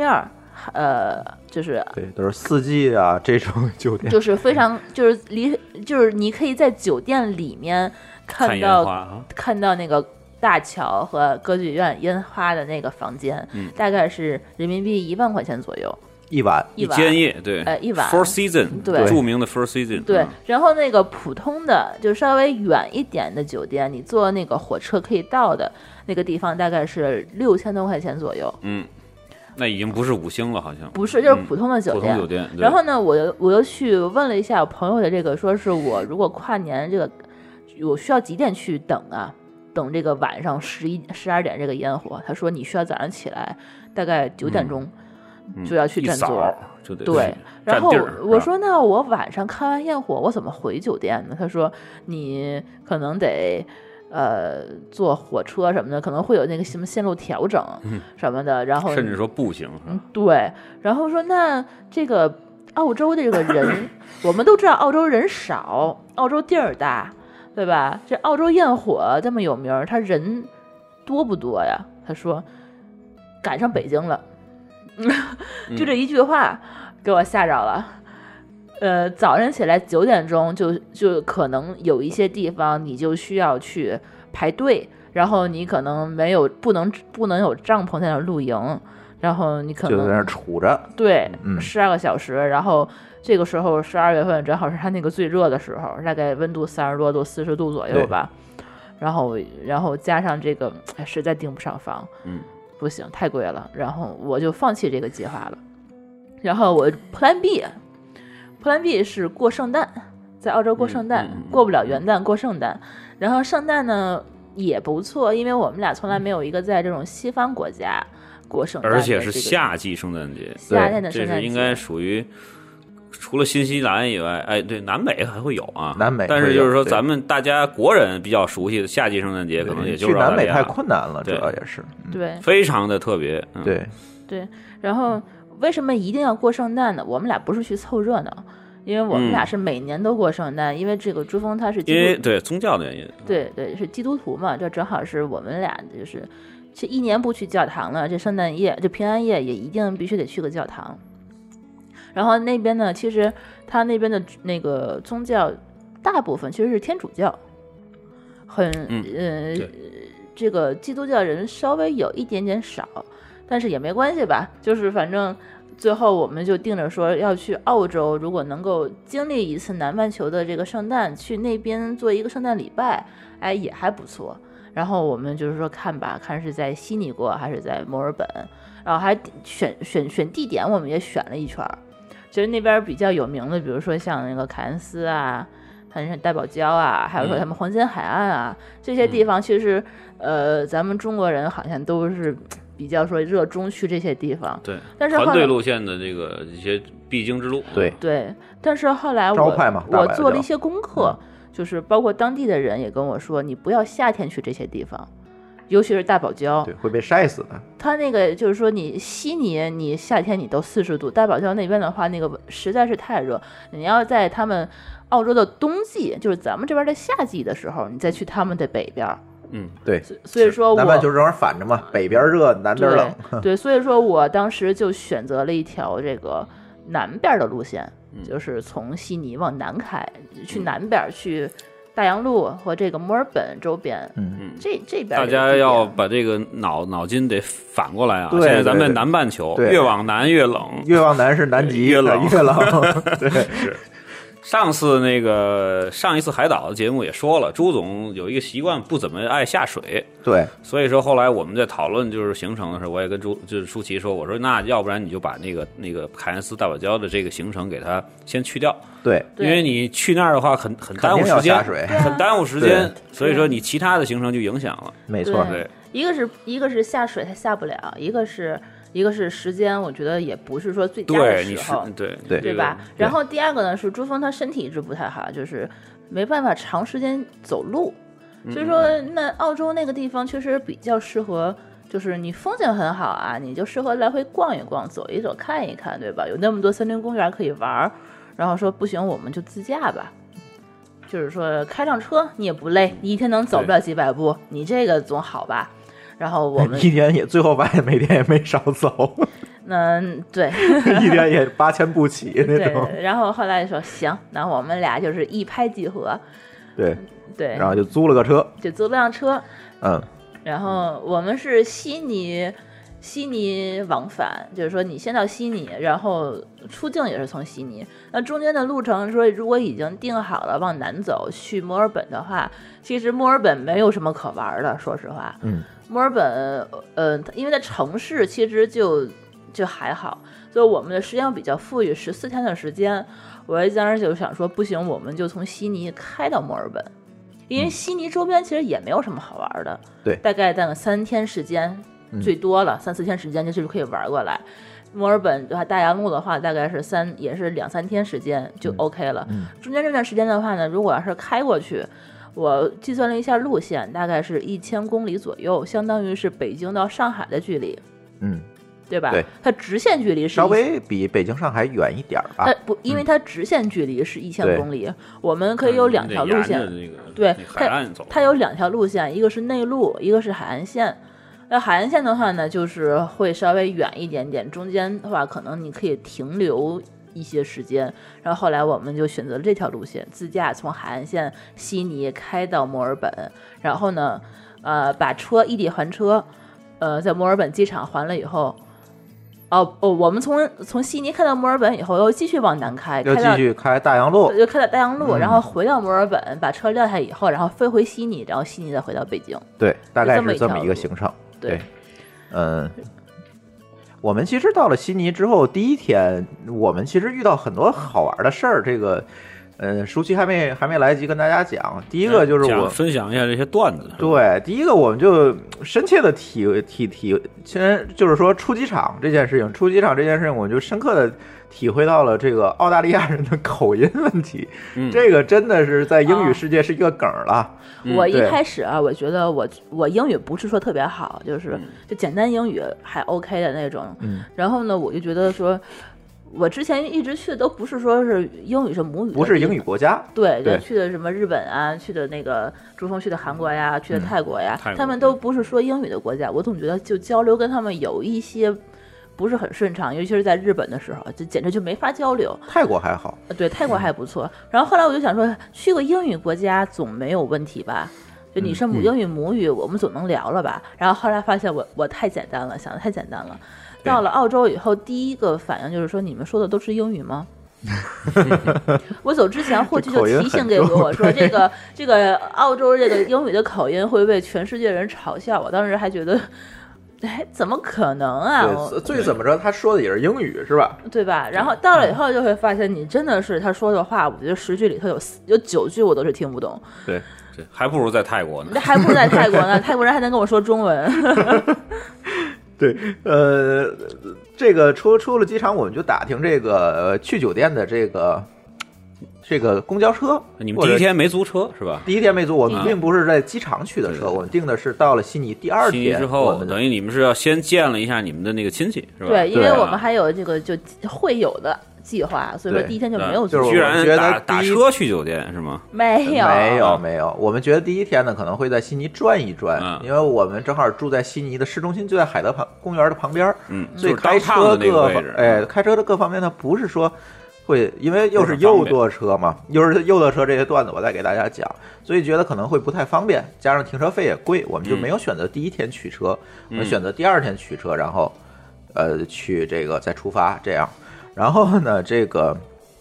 呃，就是对，都是四季啊这种酒店， 就是非常就是离就是你可以在酒店里面看到 看,、啊、看到那个大桥和歌剧院烟花的那个房间， 嗯， 大概是人民币一万块钱左右。 一晚一间夜，对， 呃，一晚 Four Season， 对， 著名的 Four Season， 对、 嗯。 然后那个普通的，就稍微远一点的酒店，你坐那个火车可以到的那个地方，大概是六千多块钱左右。 嗯，那已经不是五星了，好像不是，就是普通的酒店。 嗯、普通酒店。 然后呢，我又我又去问了一下我朋友的这个，说是我如果跨年这个，我需要几点去等啊？等这个晚上十一十二点这个烟火，他说你需要早上起来，大概九点钟。 嗯就要去占座， 就得对。然后我说，那我晚上看完焰火，我怎么回酒店呢？他说，你可能得呃坐火车什么的，可能会有那个什么线路调整什么的，然后甚至说步行。 嗯，对。然后说，那这个澳洲的这个人，我们都知道澳洲人少，澳洲地儿大，对吧？这澳洲焰火这么有名，他人多不多呀？他说，赶上北京了。就这一句话给我吓着了。呃，早上起来九点钟就就可能有一些地方你就需要去排队，然后你可能没有不能不能有帐篷在那露营，然后你可能就在那杵着， 对， 嗯， 十二个小时，然后这个时候十二月份正好是它那个最热的时候，大概温度三十多度、四十度左右吧。然后然后加上这个，哎，实在订不上房， 嗯。 不行，太贵了，然后我就放弃这个计划了。然后我 Plan B，Plan B 是过圣诞，在澳洲过圣诞， 嗯嗯、 过不了元旦过圣诞。然后圣诞呢也不错，因为我们俩从来没有一个在这种西方国家过圣诞， 而且是夏季圣诞节， 夏天的圣诞节， 这是应该属于。除了新西兰以外，哎，对，南美还会有啊， 南美。 但是就是说，咱们大家国人比较熟悉的夏季圣诞节，可能也就是去南美太困难了，主要也是， 对， 非常的特别， 嗯、对对。然后为什么一定要过圣诞呢？我们俩不是去凑热闹，因为我们俩是每年都过圣诞，嗯、因为这个珠峰他是因为对宗教的原因， 对对，是基督徒嘛，这正好是我们俩就是这一年不去教堂了，这圣诞夜、这平安夜也一定必须得去个教堂。然后那边呢，其实他那边的那个宗教大部分其实是天主教，很嗯呃，这个基督教人稍微有一点点少，但是也没关系吧，就是反正最后我们就定着说要去澳洲，如果能够经历一次南半球的这个圣诞，去那边做一个圣诞礼拜，哎，也还不错。然后我们就是说看吧，看是在悉尼过还是在墨尔本，然后还选选选地点，我们也选了一圈。其实那边比较有名的，比如说像那个凯恩斯啊，还是大堡礁啊，还有说他们黄金海岸啊，嗯、这些地方，其实呃，咱们中国人好像都是比较说热衷去这些地方。 对， 但是团队路线的这个一些必经之路。 对对，但是后来我招牌嘛， 我做了一些功课，嗯、就是包括当地的人也跟我说，你不要夏天去这些地方。尤其是大堡礁， 对，会被晒死的。 它那个就是说，你悉尼，你夏天你都四十度，大堡礁那边的话，那个实在是太热。你要在他们澳洲的冬季，就是咱们这边的夏季的时候，你再去他们的北边。 嗯， 对。 所以说我， 南半球正好反着嘛，北边热，南边冷。 对, 对，所以说我当时就选择了一条这个南边的路线， 嗯、 就是从悉尼往南开，去南边去。大洋路和这个墨尔本周边， 嗯， 这这边大家要把这个脑脑筋得反过来啊！ 对现在咱们南半球越往南越冷， 越往南是南极， 越冷越冷。对， 是。上次那个上一次海岛的节目也说了，朱总有一个习惯，不怎么爱下水。 对， 所以说后来我们在讨论就是行程的时候，我也跟朱就是舒淇说，我说那要不然你就把那个那个凯恩斯大堡礁的这个行程给它先去掉。 对， 因为你去那儿的话很很耽误时间，很耽误时间，所以说你其他的行程就影响了。 没错， 对，一个是一个是下水它下不了，一个是。一个是时间，我觉得也不是说最佳的时候， 对对对吧？然后第二个呢是朱峰他身体一直不太好，就是没办法长时间走路，所以说那澳洲那个地方确实比较适合，就是你风景很好啊，你就适合来回逛一逛、走一走、看一看，对吧？有那么多森林公园可以玩，然后说不行我们就自驾吧。就是说开上车你也不累，你一天能走不了几百步，你这个总好吧？然后我们一年也最后发现每天也没少走， 嗯，对， 一天也八千不起那种。 对，然后后来说行，那我们俩就是一拍即合。 对对， 然后就租了个车， 就租了辆车。 嗯， 然后我们是悉尼。悉尼往返，就是说你先到悉尼，然后出境也是从悉尼。那中间的路程说，如果已经定好了往南走去墨尔本的话，其实墨尔本没有什么可玩的，说实话。 嗯， 墨尔本，呃，因为在城市其实就就还好，所以我们的时间比较富裕，十四天的时间。我当时就想说，不行，我们就从悉尼开到墨尔本，因为悉尼周边其实也没有什么好玩的。 对， 大概等三天时间。最多了三四天时间就是可以玩过来。墨尔本的话，大洋路的话大概是三也是两三天时间就 OK 了。 嗯嗯、 中间这段时间的话呢，如果要是开过去，我计算了一下路线，大概是一千公里左右，相当于是北京到上海的距离。 嗯， 对吧？ 对， 它直线距离是稍微比北京、上海远一点吧。 呃，不，因为它直线距离是一千公里，我们可以有两条路线。 那个、 对， 海岸走， 它有两条路线，一个是内陆，一个是海岸线。那海岸线的话呢，就是会稍微远一点点，中间的话可能你可以停留一些时间。然后后来我们就选择了这条路线，自驾从海岸线悉尼开到墨尔本，然后呢，呃，把车异地还车，呃，在墨尔本机场还了以后，哦哦，我们从从悉尼开到墨尔本以后，又继续往南开， 又继续开大洋路， 就开到大洋路， 嗯、 然后回到墨尔本，把车撂下以后，然后飞回悉尼，然后悉尼再回到北京。 对，大概是这么一个行程。对，嗯，我们其实到了悉尼之后，第一天我们其实遇到很多好玩的事儿。这个，呃，舒淇还没还没来及跟大家讲。第一个就是我分享一下这些段子。 对，第一个我们就深切的体体体，其实就是说出机场这件事情，出机场这件事情，我就深刻的体会到了这个澳大利亚人的口音问题。 嗯， 这个真的是在英语世界是一个梗了。 嗯、我一开始啊，我觉得我我英语不是说特别好，就是就简单英语还 OK 的那种。 嗯， 然后呢，我就觉得说，我之前一直去的都不是说是英语是母语， 不是英语国家。 对，就去的什么日本啊，去的那个珠峰去的韩国呀，去的泰国呀， 嗯、 他们都不是说英语的国家。我总觉得就交流跟他们有一些不是很顺畅，尤其是在日本的时候，就简直就没法交流。 泰国还好， 对，泰国还不错。然后后来我就想说，去个英语国家总没有问题吧？就你是母英语母语，我们总能聊了吧？然后后来发现我我太简单了，想的太简单了。到了澳洲以后，第一个反应就是说，你们说的都是英语吗？我走之前，霍炬就提醒给我说，这个这个澳洲这个英语的口音会被全世界人嘲笑。我当时还觉得。哎，怎么可能啊？ 最怎么着，他说的也是英语，是吧？ 对吧？然后到了以后就会发现，你真的是他说的话，我觉得十句里头有有九句我都是听不懂。 对，对，还不如在泰国呢。 还不如在泰国呢，泰国人还能跟我说中文。 对，呃，这个出出了机场，我们就打听这个去酒店的这个。这个公交车， 你们第一天没租车是吧？ 第一天没租，我们并不是在机场去的车，嗯、我们订的是到了悉尼第二天。悉尼之后，等于你们是要先见了一下你们的那个亲戚，是吧？ 对，因为我们还有这个就会有的计划，所以说第一天就没有租。 就是居然觉得打车去酒店是吗？ 没有， 没有，没有。我们觉得第一天呢，可能会在悉尼转一转， 嗯、 因为我们正好住在悉尼的市中心，就在海德旁公园的旁边。 嗯， 所以开车各哎，开车的各方面，它不是说。会，因为又是右舵车嘛，又是右舵车这些段子，我再给大家讲，所以觉得可能会不太方便，加上停车费也贵，我们就没有选择第一天取车， 嗯、 我们选择第二天取车，然后呃去这个再出发这样。然后呢，这个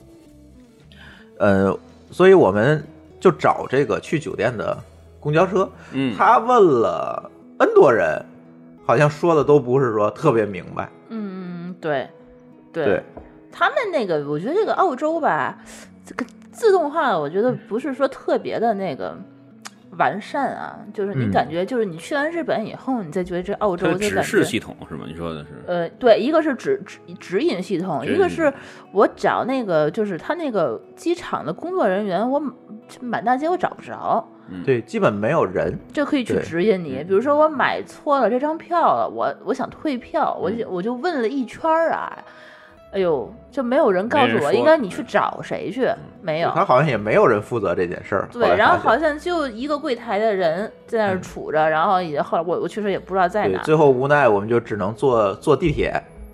呃，所以我们就找这个去酒店的公交车， 嗯， 他问了 N 多人，好像说的都不是说特别明白。 嗯，对，对。 对他们那个，我觉得这个澳洲吧，这个自动化，我觉得不是说特别的那个完善啊，就是你感觉，就是你去完日本以后，你再觉得这澳洲就感觉指示系统是吗？你说的是？ 呃，对，一个是指指指引系统，一个是我找那个，就是他那个机场的工作人员，我满大街我找不着。 对，基本没有人， 就可以去指引你。比如说我买错了这张票了，我我想退票，我就我就问了一圈啊。哎呦，就没有人告诉我应该你去找谁去，没有。 他好像也没有人负责这件事儿。 对，然后好像就一个柜台的人在那儿杵着，嗯、然后也后来我我确实也不知道在哪。 最后无奈我们就只能坐坐地铁，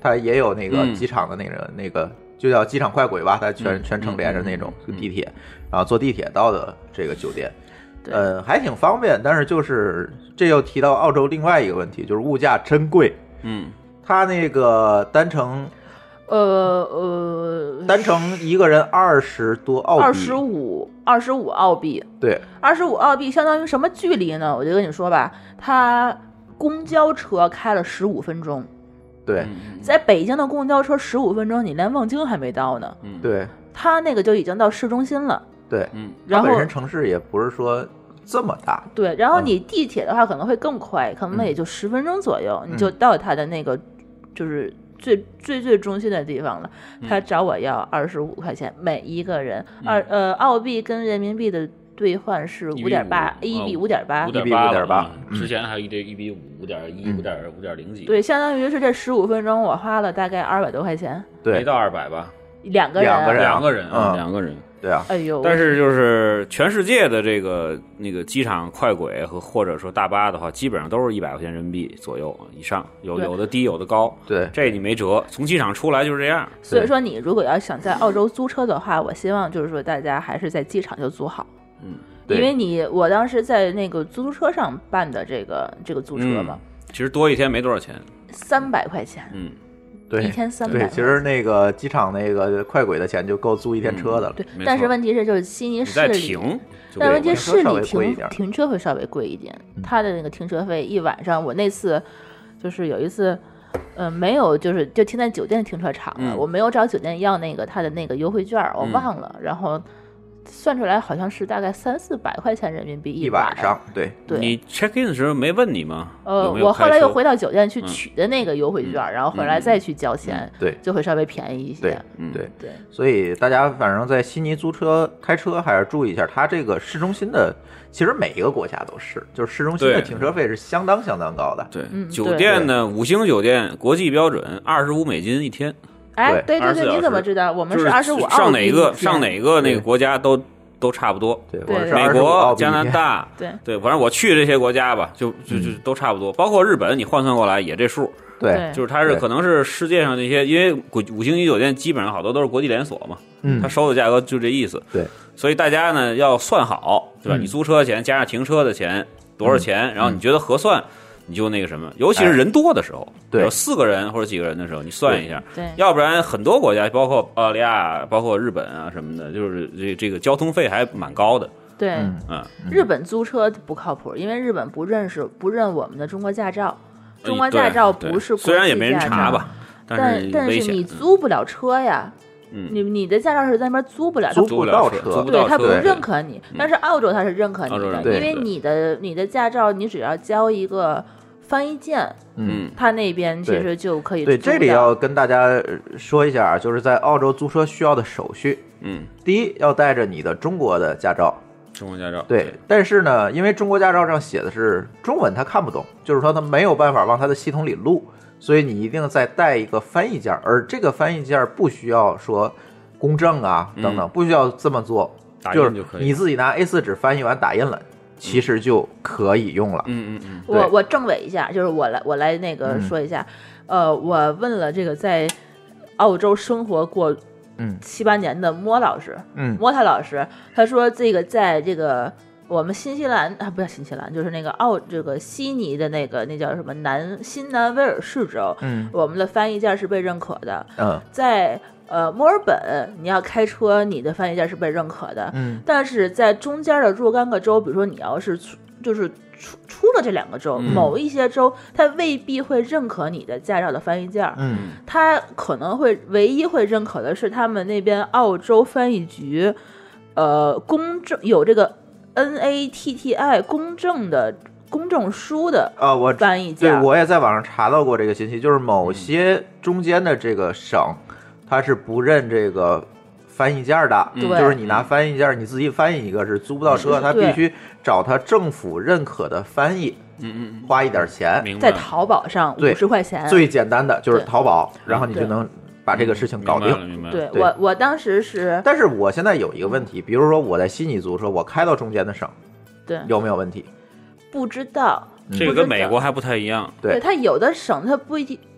它也有那个机场的那个、嗯、那个就叫机场快轨吧，它全、嗯、全程连着那种地铁、嗯，然后坐地铁到的这个酒店，呃，还挺方便。但是就是这又提到澳洲另外一个问题，就是物价真贵。 嗯， 它那个单程。 呃呃， 单程一个人二十多澳币， 二十五二十五澳币， 对， 二十五澳币相当于什么距离呢？我就跟你说吧，它公交车开了十五分钟， 对， 在北京的公交车十五分钟，你连望京还没到呢， 嗯，对， 它那个就已经到市中心了， 对， 嗯， 然后本身城市也不是说这么大， 对，然后你地铁的话可能会更快，可能也就十分钟左右， 嗯、 你就到它的那个就是。最最最中心的地方了，他找我要二十五块钱每一个人，二、嗯、呃澳币跟人民币的兑换是五点八，一比五点八， 五点八，五点八。之前还有一对一比五点一，五点五点零几。 对，相当于是这十五分钟我花了大概二百多块钱， 对， 没到二百吧？ 两个人， 两个人， 两个人啊， 两个人。 对啊， 哎呦！ 但是就是全世界的这个那个机场快轨和或者说大巴的话，基本上都是一百块钱人民币左右以上，有有的低有的高。 对， 这你没辙，从机场出来就是这样。 所以说，你如果要想在澳洲租车的话，我希望就是说大家还是在机场就租好。 嗯， 因为你我当时在那个租车上办的这个这个租车嘛、 嗯，其实多一天没多少钱， 三百块钱。 嗯。 对， 一天三百。 对，其实那个机场那个快轨的钱就够租一天车的了。 嗯、对，但是问题是就是悉尼市里， 停但问题市里停停车会稍微贵一点。它的那个停车费一晚上，我那次就是有一次，呃，没有就是就停在酒店停车场了， 嗯、 我没有找酒店要那个它的那个优惠券，我忘了，嗯、然后。算出来好像是大概三四百块钱人民币一晚上，对对。 你 check in 的时候没问你吗？ 呃， 有没有我后来又回到酒店去取的那个优惠券， 嗯、 然后回来再去交钱， 嗯、对， 就会稍微便宜一些。 对， 嗯， 对对。 所以大家反正在悉尼租车开车还是注意一下，它这个市中心的，其实每一个国家都是，就是市中心的停车费是相当相当高的。 对， 嗯、 酒店呢，五星酒店国际标准二十五美金一天。 哎，对对对，你怎么知道？我们是二十五澳币。 上哪个上哪个那个国家都。都差不多， 对， 对美国、加拿大， 对对，反正我去这些国家吧，就就就都差不多，包括日本，你换算过来也这数， 对， 就是它是可能是世界上那些，因为五星级酒店基本上好多都是国际连锁嘛， 嗯， 它收的价格就这意思， 对， 所以大家呢要算好，对吧？你租车钱加上停车的钱多少钱，然后你觉得合算。你就那个什么，尤其是人多的时候， 对、 有四个人或者几个人的时候，你算一下， 对， 要不然很多国家，包括澳大利亚、包括日本啊什么的，就是这这个交通费还蛮高的。 对， 嗯， 嗯日本租车不靠谱，因为日本不认识不认我们的中国驾照，中国驾照不是国际驾照， 虽然也没人查吧， 但是但是你租不了车呀。 嗯， 你你的驾照是在那边租不了， 租不到车， 对他不认可你。但是澳洲他是认可你的， 因为你的你的驾照你只要交一个翻译件， 嗯， 他那边其实就可以租。 对，这里要跟大家说一下，就是在澳洲租车需要的手续。 嗯， 第一要带着你的中国的驾照， 中国驾照。 对，但是呢，因为中国驾照上写的是中文，他看不懂，就是说他没有办法往他的系统里录。所以你一定再带一个翻译件，而这个翻译件不需要说公证啊等等， 嗯、 不需要这么做， 就是你自己拿 A 四 纸翻译完打印了，其实就可以用了。 嗯嗯嗯。 我我证伪一下，就是我来我来那个说一下，嗯、呃，我问了这个在澳洲生活过嗯七八年的莫老师， 嗯， 莫塔老师，他说这个在这个。我们新西兰啊，不是新西兰，就是那个澳这个悉尼的那个那叫什么南新南威尔士州， 嗯， 我们的翻译件是被认可的。 嗯， 在呃墨尔本，你要开车，你的翻译件是被认可的。 嗯， 但是在中间的若干个州，比如说你要是出就是出出了这两个州， 嗯、 某一些州它未必会认可你的驾照的翻译件。 嗯， 它可能会唯一会认可的是他们那边澳洲翻译局，呃，公证有这个。N A T T I 公证的公证书的啊，我翻译件， 对我也在网上查到过这个信息，就是某些中间的这个省，它是不认这个翻译件的， 嗯、 就是你拿翻译件你自己翻译一个是租不到车，它必须找它政府认可的翻译， 嗯嗯， 花一点钱， 在淘宝上五十块钱， 最简单的就是淘宝，然后你就能。把这个事情搞定。 对，我我当时是， 但是我现在有一个问题，比如说我在悉尼租车，我开到中间的省， 对， 有没有问题？ 不知道， 这个跟美国还不太一样。 对， 它有的省它不一定，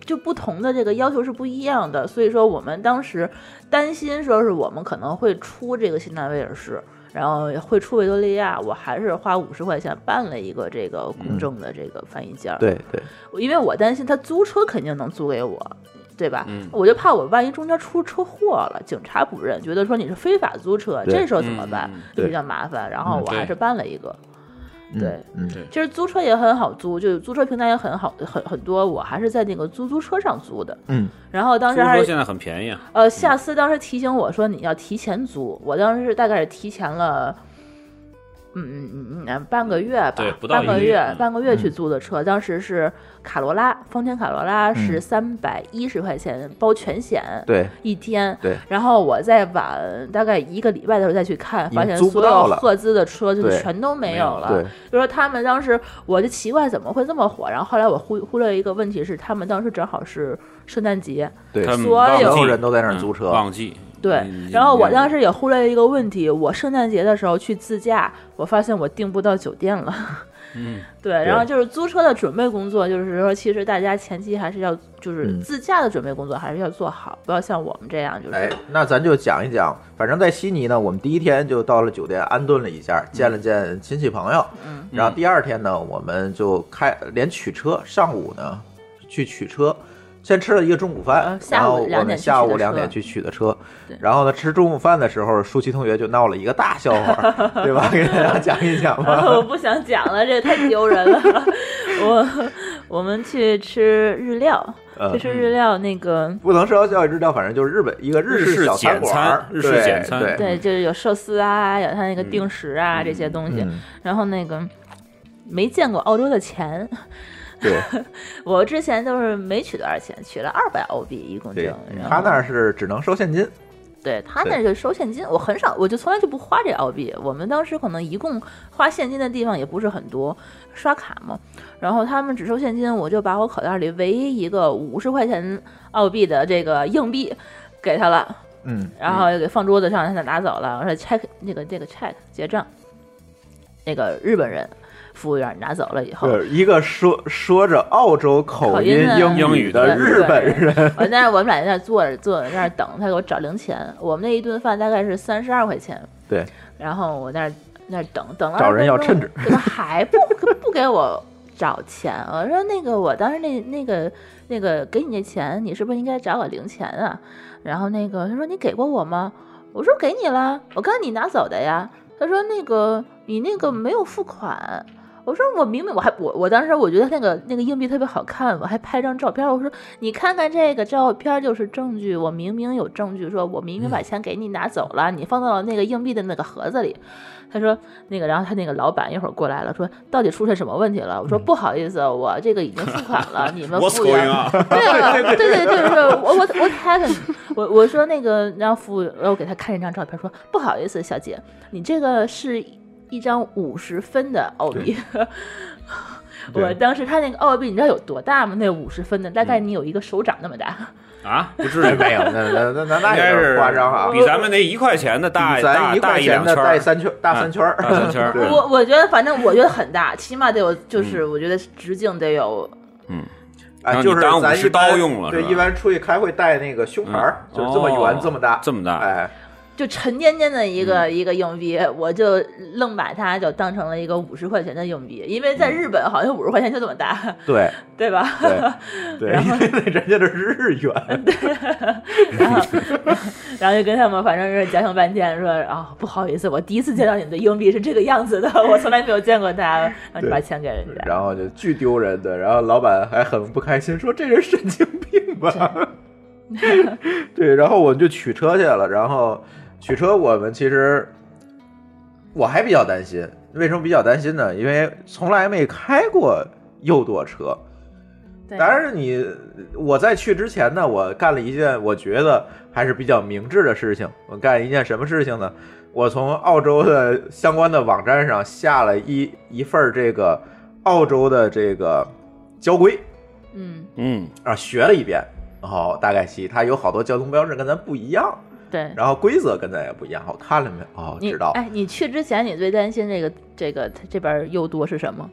就不同的这个要求是不一样的，所以说我们当时担心说是我们可能会出这个新南威尔士，然后会出维多利亚，我还是花五十块钱办了一个这个公证的这个翻译件、嗯。 对对， 因为我担心他租车肯定能租给我，对吧？ 嗯、 我就怕我万一中间出车祸了，警察不认，觉得说你是非法租车，这时候怎么办？ 嗯、 就比较麻烦。然后我还是办了一个。对， 嗯， 其实租车也很好租，就是租车平台也很好，很很多。我还是在那个租租车上租的， 嗯。 然后当时还是现在很便宜啊。 呃，夏思当时提醒我说你要提前租，我当时是大概是提前了。嗯嗯嗯，半个月吧， 对，不到一个半个月， 嗯、 半个月去租的车。当时是卡罗拉，丰田卡罗拉是三百一十块钱包全险， 对， 一天。 对， 然后我在晚大概一个礼拜的时候再去看，发现所有合资的车就全都没有了。 对， 就说他们当时我就奇怪怎么会这么火，然后后来我忽忽略一个问题是，他们当时正好是圣诞节， 对， 所有人都在那儿租车， 旺季。 对，然后我当时也忽略了一个问题，我圣诞节的时候去自驾，我发现我订不到酒店了。 嗯， 对，然后就是租车的准备工作，就是说其实大家前期还是要，就是自驾的准备工作还是要做好，嗯、不要像我们这样就是。 哎，那咱就讲一讲，反正在悉尼呢，我们第一天就到了酒店安顿了一下，见了见亲戚朋友， 嗯， 然后第二天呢，我们就开连取车，上午呢去取车。先吃了一个中午饭，然后我们下午两点去取的车，然后呢，吃中午饭的时候，舒淇同学就闹了一个大笑话，对吧？给大家讲一讲吧。 我不想讲了，这太丢人了。我我们去吃日料， 嗯、 去吃日料，那个不能说叫日料，反正就是日本一个日式小餐馆， 日式简餐， 对对, 对，就是有寿司啊，有它那个定时啊、嗯、这些东西， 嗯、 然后那个没见过澳洲的钱。 对， 我之前都是没取多少钱，取了二百澳币一公证。 他那是只能收现金， 对他那就收现金。我很少，我就从来就不花这澳币。我们当时可能一共花现金的地方也不是很多，刷卡嘛。然后他们只收现金，我就把我口袋里唯一一个五十块钱澳币的这个硬币给他了， 嗯， 然后给放桌子上，他拿走了。我说 check 那个这个 check 结账，那个日本人。服务员拿走了以后， 一个说说着澳洲口音英语的日本人， 我在那我们俩在那坐着坐在那儿等他给我找零钱。我们那一顿饭大概是三十二块钱， 对。 然后我在那那等等了， 找人要称纸， 怎么还不不给我找钱？我说那个我当时那那个那个给你那钱，你是不是应该找我零钱啊？然后那个他说你给过我吗？我说给你了，我刚才你拿走的呀。他说那个你那个没有付款。我说我明明我还我我当时我觉得那个那个硬币特别好看，我还拍张照片。我说你看看这个照片就是证据，我明明有证据，说我明明把钱给你拿走了，你放到了那个硬币的那个盒子里。他说那个，然后他那个老板一会儿过来了，说到底出现什么问题了？我说不好意思，我这个已经付款了，你们服务员对对对对，就是我我我他我我说那个，然后服务我给他看一张照片，说不好意思，小姐，你这个是。一张五十分的澳币，我当时他那个澳币，你知道有多大吗？那五十分的，大概你有一个手掌那么大。 啊，不至于没有，那那那那那有点夸张啊！ 比咱们那一块钱的大， 咱一块钱的带三圈，大三圈， 大三圈。 我我觉得，反正我觉得很大，起码得有，就是我觉得直径得有， 嗯， 啊，就是当武士刀用了， 对，一般出去开会带那个胸牌，就是这么圆，这么大， 这么大， 哎。 就沉甸甸的一个、嗯、一个硬币，我就愣把它就当成了一个五十块钱的硬币，因为在日本好像五十块钱就这么大， 对对吧？ 对对，因为人家的日元， 对，然后然后就跟他们反正是讲讲半天，说啊、哦、不好意思，我第一次见到你们的硬币是这个样子的，我从来没有见过它，然后就把钱给人家， 然后就巨丢人的，然后老板还很不开心，说这人神经病吧。对，然后我们就取车去了，然后。取车，我们其实我还比较担心。为什么比较担心呢？因为从来没开过右舵车。当然，你我在去之前呢，我干了一件我觉得还是比较明智的事情。我干一件什么事情呢？我从澳洲的相关的网站上下了一一份这个澳洲的这个交规， 嗯嗯啊，学了一遍。哦，大概其它有好多交通标志跟咱不一样。 对， 然后规则跟咱也不一样，我看了没有？哦，知道。 哎，你去之前你最担心这个这个这边右舵是什么？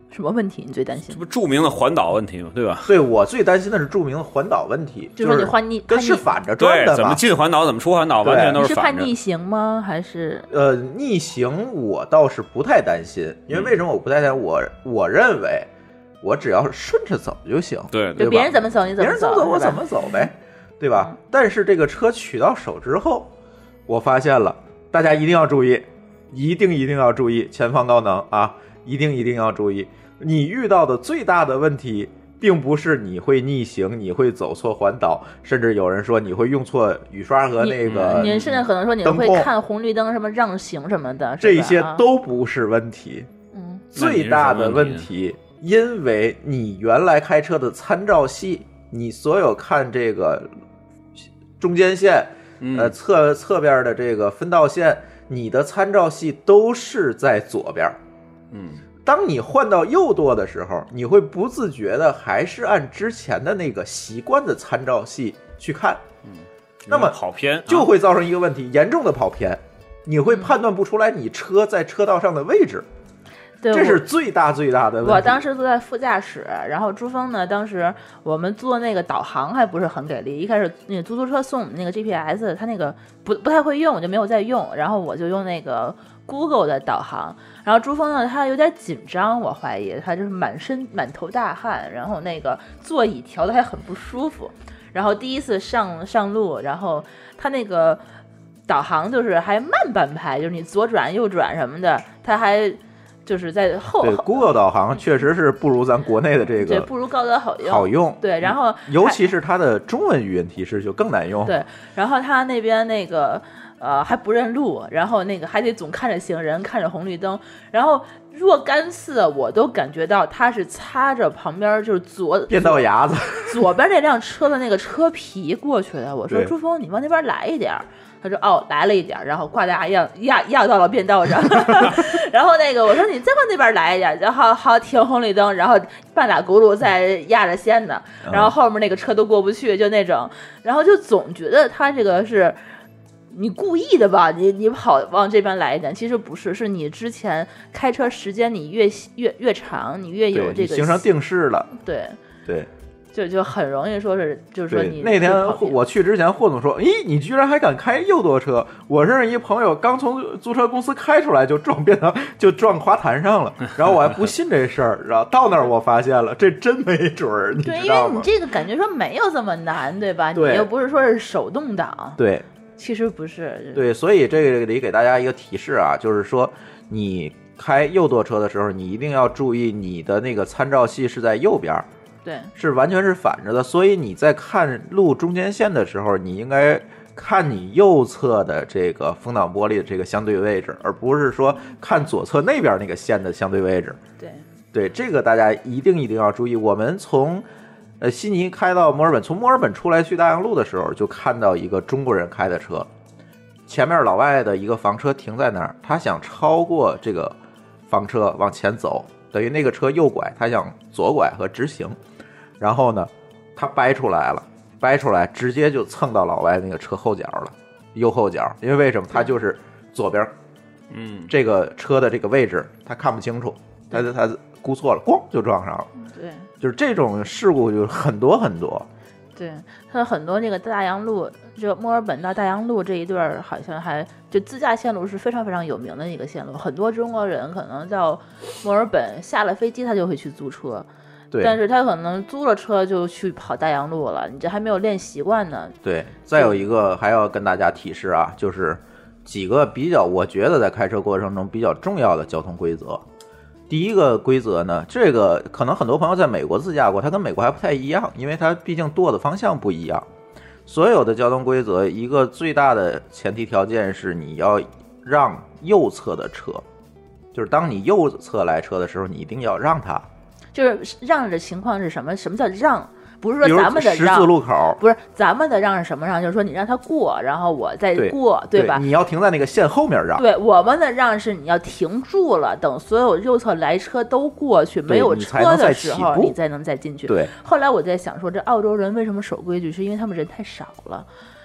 什么问题你最担心？ 这不著名的环岛问题吗？对吧？ 对，我最担心的是著名的环岛问题， 就是你环你跟是反着转的， 对，怎么进环岛，怎么出环岛，完全都是反着。 你是怕逆行吗？还是呃逆行？我倒是不太担心，因为为什么我不太担心？我我认为我只要顺着走就行， 对对吧？ 别人怎么走你怎么走， 别人怎么走我怎么走呗，对吧？但是这个车取到手之后，我发现了，大家一定要注意，一定一定要注意，前方高能啊！一定一定要注意。你遇到的最大的问题并不是你会逆行，你会走错环岛，甚至有人说你会用错雨刷和那个你甚至可能说你会看红绿灯什么让行什么的， 这些都不是问题。 嗯， 最大的问题，因为你原来开车的参照系，你所有看这个中间线、 嗯、 呃侧侧边的这个分道线，你的参照系都是在左边。 嗯。 当你换到右舵的时候，你会不自觉的还是按之前的那个习惯的参照系去看， 嗯， 那么跑偏就会造成一个问题，啊、严重的跑偏，你会判断不出来你车在车道上的位置， 对， 这是最大最大的问题。 我当时坐在副驾驶，然后朱峰呢，当时我们做那个导航还不是很给力，一开始那个出租车送我们那个 G P S， 他那个不不太会用，我就没有再用，然后我就用那个 Google 的导航。然后朱峰呢，他有点紧张，我怀疑他就是满身满头大汗，然后那个座椅调的还很不舒服。然后第一次上上路，然后他那个导航就是还慢半拍，就是你左转右转什么的，他还就是在后。 对 Google 导航确实是不如咱国内的这个， 对，不如高德好用。 好用。 对，然后尤其是它的中文语音提示就更难用。 对，然后他那边那个。呃，还不认路，然后那个还得总看着行人，看着红绿灯，然后若干次我都感觉到他是擦着旁边就是左变道牙子， 左边那辆车的那个车皮过去的。我说朱峰，你往那边来一点。他说哦，来了一点，然后挂大压压压到了变道上，然后那个我说你再往那边来一点，然后好停红绿灯，然后半拉轱辘再压着线呢，然后后面那个车都过不去，就那种，然后就总觉得他这个是。你故意的吧？你你跑往这边来一点，其实不是，是你之前开车时间你越越越长，你越有这个形成定势了。 对对， 就就很容易说是，就是说你那天我去之前，霍总说：“咦，你居然还敢开右舵车？”我认识一朋友刚从租车公司开出来就撞变道，就撞花坛上了。然后我还不信这事儿，然后到那儿我发现了，这真没准儿，你知道吗？ 对，因为你这个感觉说没有这么难，对吧？ 对， 你又不是说是手动挡， 对。 其实不是， 对，所以这个里给大家一个提示啊，就是说你开右舵车的时候，你一定要注意你的那个参照系是在右边， 对， 是完全是反着的。所以你在看路中间线的时候，你应该看你右侧的这个风挡玻璃的这个相对位置，而不是说看左侧那边那个线的相对位置。 对， 对，这个大家一定一定要注意。我们从呃，悉尼开到墨尔本，从墨尔本出来去大洋路的时候，就看到一个中国人开的车，前面老外的一个房车停在那儿，他想超过这个房车往前走，等于那个车右拐，他想左拐和直行，然后呢，他掰出来了，掰出来直接就蹭到老外那个车后脚了，右后脚，因为为什么？他就是左边， 嗯， 这个车的这个位置他看不清楚，他他估错了，咣就撞上了， 对。 就是这种事故就很多很多， 对，它很多那个大洋路，就墨尔本到大洋路这一段，好像还就自驾线路是非常非常有名的一个线路，很多中国人可能到墨尔本下了飞机，他就会去租车， 对， 但是他可能租了车就去跑大洋路了，你这还没有练习惯呢。 对，再有一个还要跟大家提示啊，就是几个比较，我觉得在开车过程中比较重要的交通规则。第一个规则呢，这个可能很多朋友在美国自驾过，它跟美国还不太一样，因为它毕竟舵的方向不一样。所有的交通规则，一个最大的前提条件是你要让右侧的车，就是当你右侧来车的时候，你一定要让它。 就是让的情况是什么？什么叫让？不是说咱们的让， 十字路口不是咱们的让是什么让？就是说你让他过，然后我再过， 对, 对吧？ 你要停在那个线后面让。 对，我们的让是你要停住了，等所有右侧来车都过去，没有车的时候，你才能再进去。 对。 后来我在想说，这澳洲人为什么守规矩？是因为他们人太少了。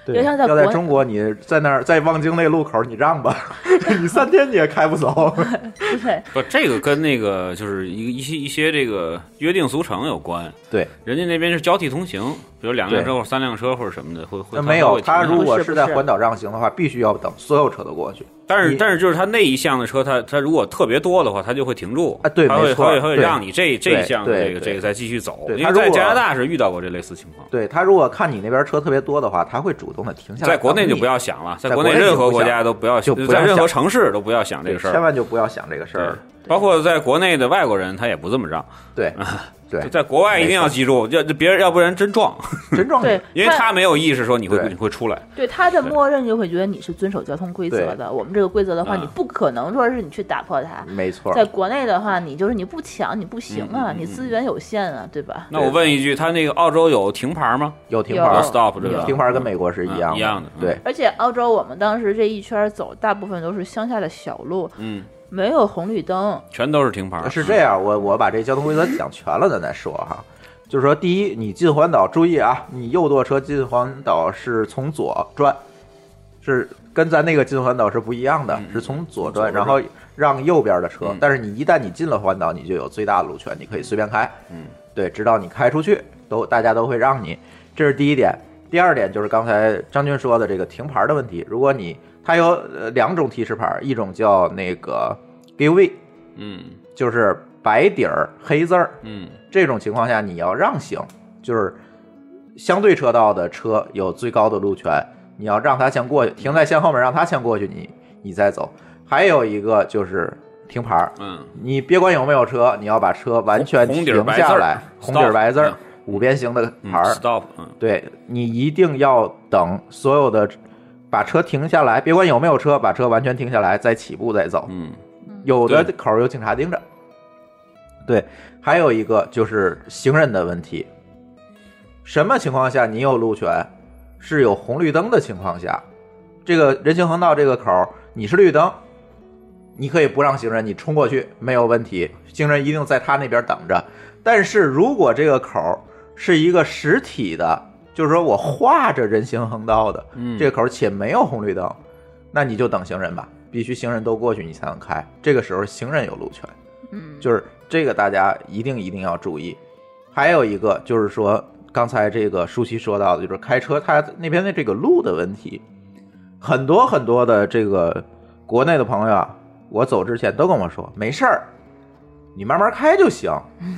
对， 像在要在中国，你在那儿在望京那路口你让吧，你三天你也开不走。 对， 不，这个跟那个就是一个一些一些这个约定俗成有关。 对， 人家那边是交替通行，比如两辆车或者三辆车或者什么的，会会没有。他如果是在环岛让行的话，必须要等所有车都过去。 但是但是就是他那一项的车，他他如果特别多的话，他就会停住啊，对， 他会他会会让你这这一项这个这个再继续走。因为在加拿大是遇到过这类似情况。 对，他如果看你那边车特别多的话，他会主动的停下来。 在国内就不要想了， 在国内任何国家都不要就在任何城市都不要想这个事儿， 千万就不要想这个事儿。 包括在国内的外国人，他也不这么让。 对。对， 在国外一定要记住，要别人要不然真撞， 真撞。 对， 因为他没有意识说你会你会出来。 对，他的默认就会觉得你是遵守交通规则的。我们这个规则的话，你不可能说是你去打破它。 没错。 在国内的话，你就是你不抢你不行啊， 嗯、 你资源有限啊，对吧？ 那我问一句，他那个澳洲有停牌吗？ 有停牌 ，stop 这个停牌跟美国是一样的， 一样的。 对。 而且澳洲我们当时这一圈走，大部分都是乡下的小路。 嗯。 没有红绿灯， 全都是停牌。 是这样，我我把这交通规则讲全了，咱再说哈。就是说，第一，你进环岛注意啊，你右舵车进环岛是从左转，是跟咱那个进环岛是不一样的， 嗯、 是从左转，然后让右边的车。 嗯、 但是你一旦你进了环岛，你就有最大的路权，你可以随便开。 嗯， 对，直到你开出去，都大家都会让你。这是第一点。第二点就是刚才张军说的这个停牌的问题。如果你它有呃两种提示牌，一种叫那个 give way， 嗯， 就是白底儿黑字儿， 嗯， 这种情况下你要让行，就是相对车道的车有最高的路权，你要让他先过去，停在线后面让他先过去，你你再走。还有一个就是停牌， 嗯， 你别管有没有车，你要把车完全停下来，红底儿白字儿。五边形的牌儿、 嗯、，stop， 嗯， 对，你一定要等所有的把车停下来，别管有没有车，把车完全停下来，再起步再走。 嗯， 有的口有警察盯着。对，还有一个就是行人的问题。什么情况下你有路权？是有红绿灯的情况下，这个人行横道这个口你是绿灯，你可以不让行人，你冲过去没有问题，行人一定在他那边等着。但是如果这个口是一个实体的，就是说我画着人行横道的， 嗯， 这个口且没有红绿灯，那你就等行人吧，必须行人都过去你才能开。这个时候行人有路权， 嗯， 就是这个大家一定一定要注意。还有一个就是说，刚才这个舒淇说到的，就是开车它那边的这个路的问题，很多很多的这个国内的朋友啊，我走之前都跟我说没事儿，你慢慢开就行。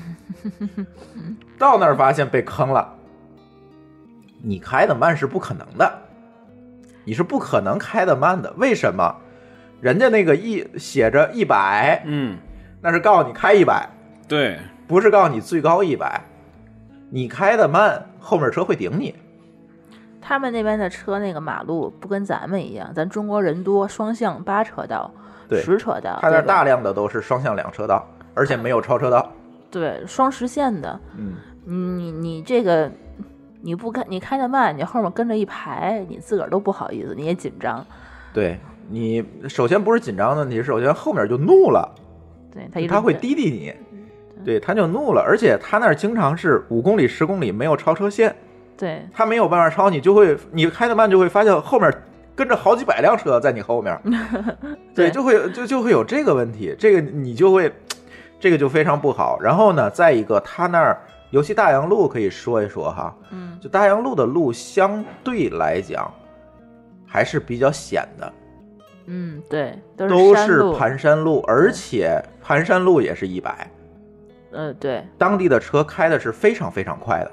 到那儿发现被坑了，你开的慢是不可能的，你是不可能开的慢的。为什么？人家那个一写着一百， 嗯， 那是告诉你开一百， 对， 不是告诉你最高一百。你开的慢，后面车会顶你。 他们那边的车那个马路不跟咱们一样，咱中国人多，双向八车道， 对， 十车道， 他那大量的都是双向两车道，而且没有超车道。 对，双实线的。 嗯， 你你这个你不开，你开的慢，你后面跟着一排，你自个儿都不好意思，你也紧张。 对，你首先不是紧张的问题，首先后面就怒了。 对，他一他会滴滴你，对，他就怒了，而且他那儿经常是五公里、十公里没有超车线。 对， 他没有办法超你，就会你开的慢，就会发现后面跟着好几百辆车在你后面。对，就会就就会有这个问题，这个你就会。这个就非常不好。然后呢，再一个，他那儿尤其大洋路可以说一说哈， 嗯， 就大洋路的路相对来讲还是比较险的， 嗯，对，都都是盘山路，而且盘山路也是一百， 嗯，对， 当地的车开的是非常非常快的，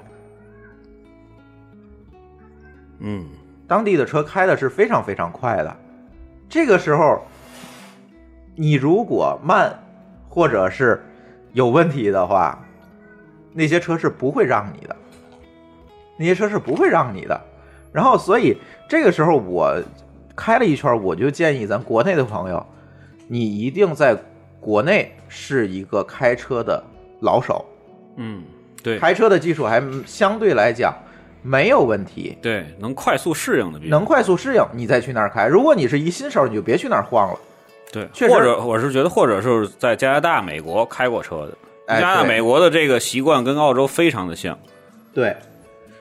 嗯， 当地的车开的是非常非常快的，这个时候你如果慢。或者是有问题的话，那些车是不会让你的，那些车是不会让你的。然后，所以这个时候我开了一圈，我就建议咱国内的朋友，你一定在国内是一个开车的老手， 嗯，对， 开车的技术还相对来讲没有问题， 对，能快速适应的， 能快速适应，你再去那儿开。如果你是一新手，你就别去那儿晃了。 对，或者我是觉得，或者是在加拿大、美国开过车的， 哎、 加拿大、美国的这个习惯跟澳洲非常的像。 对，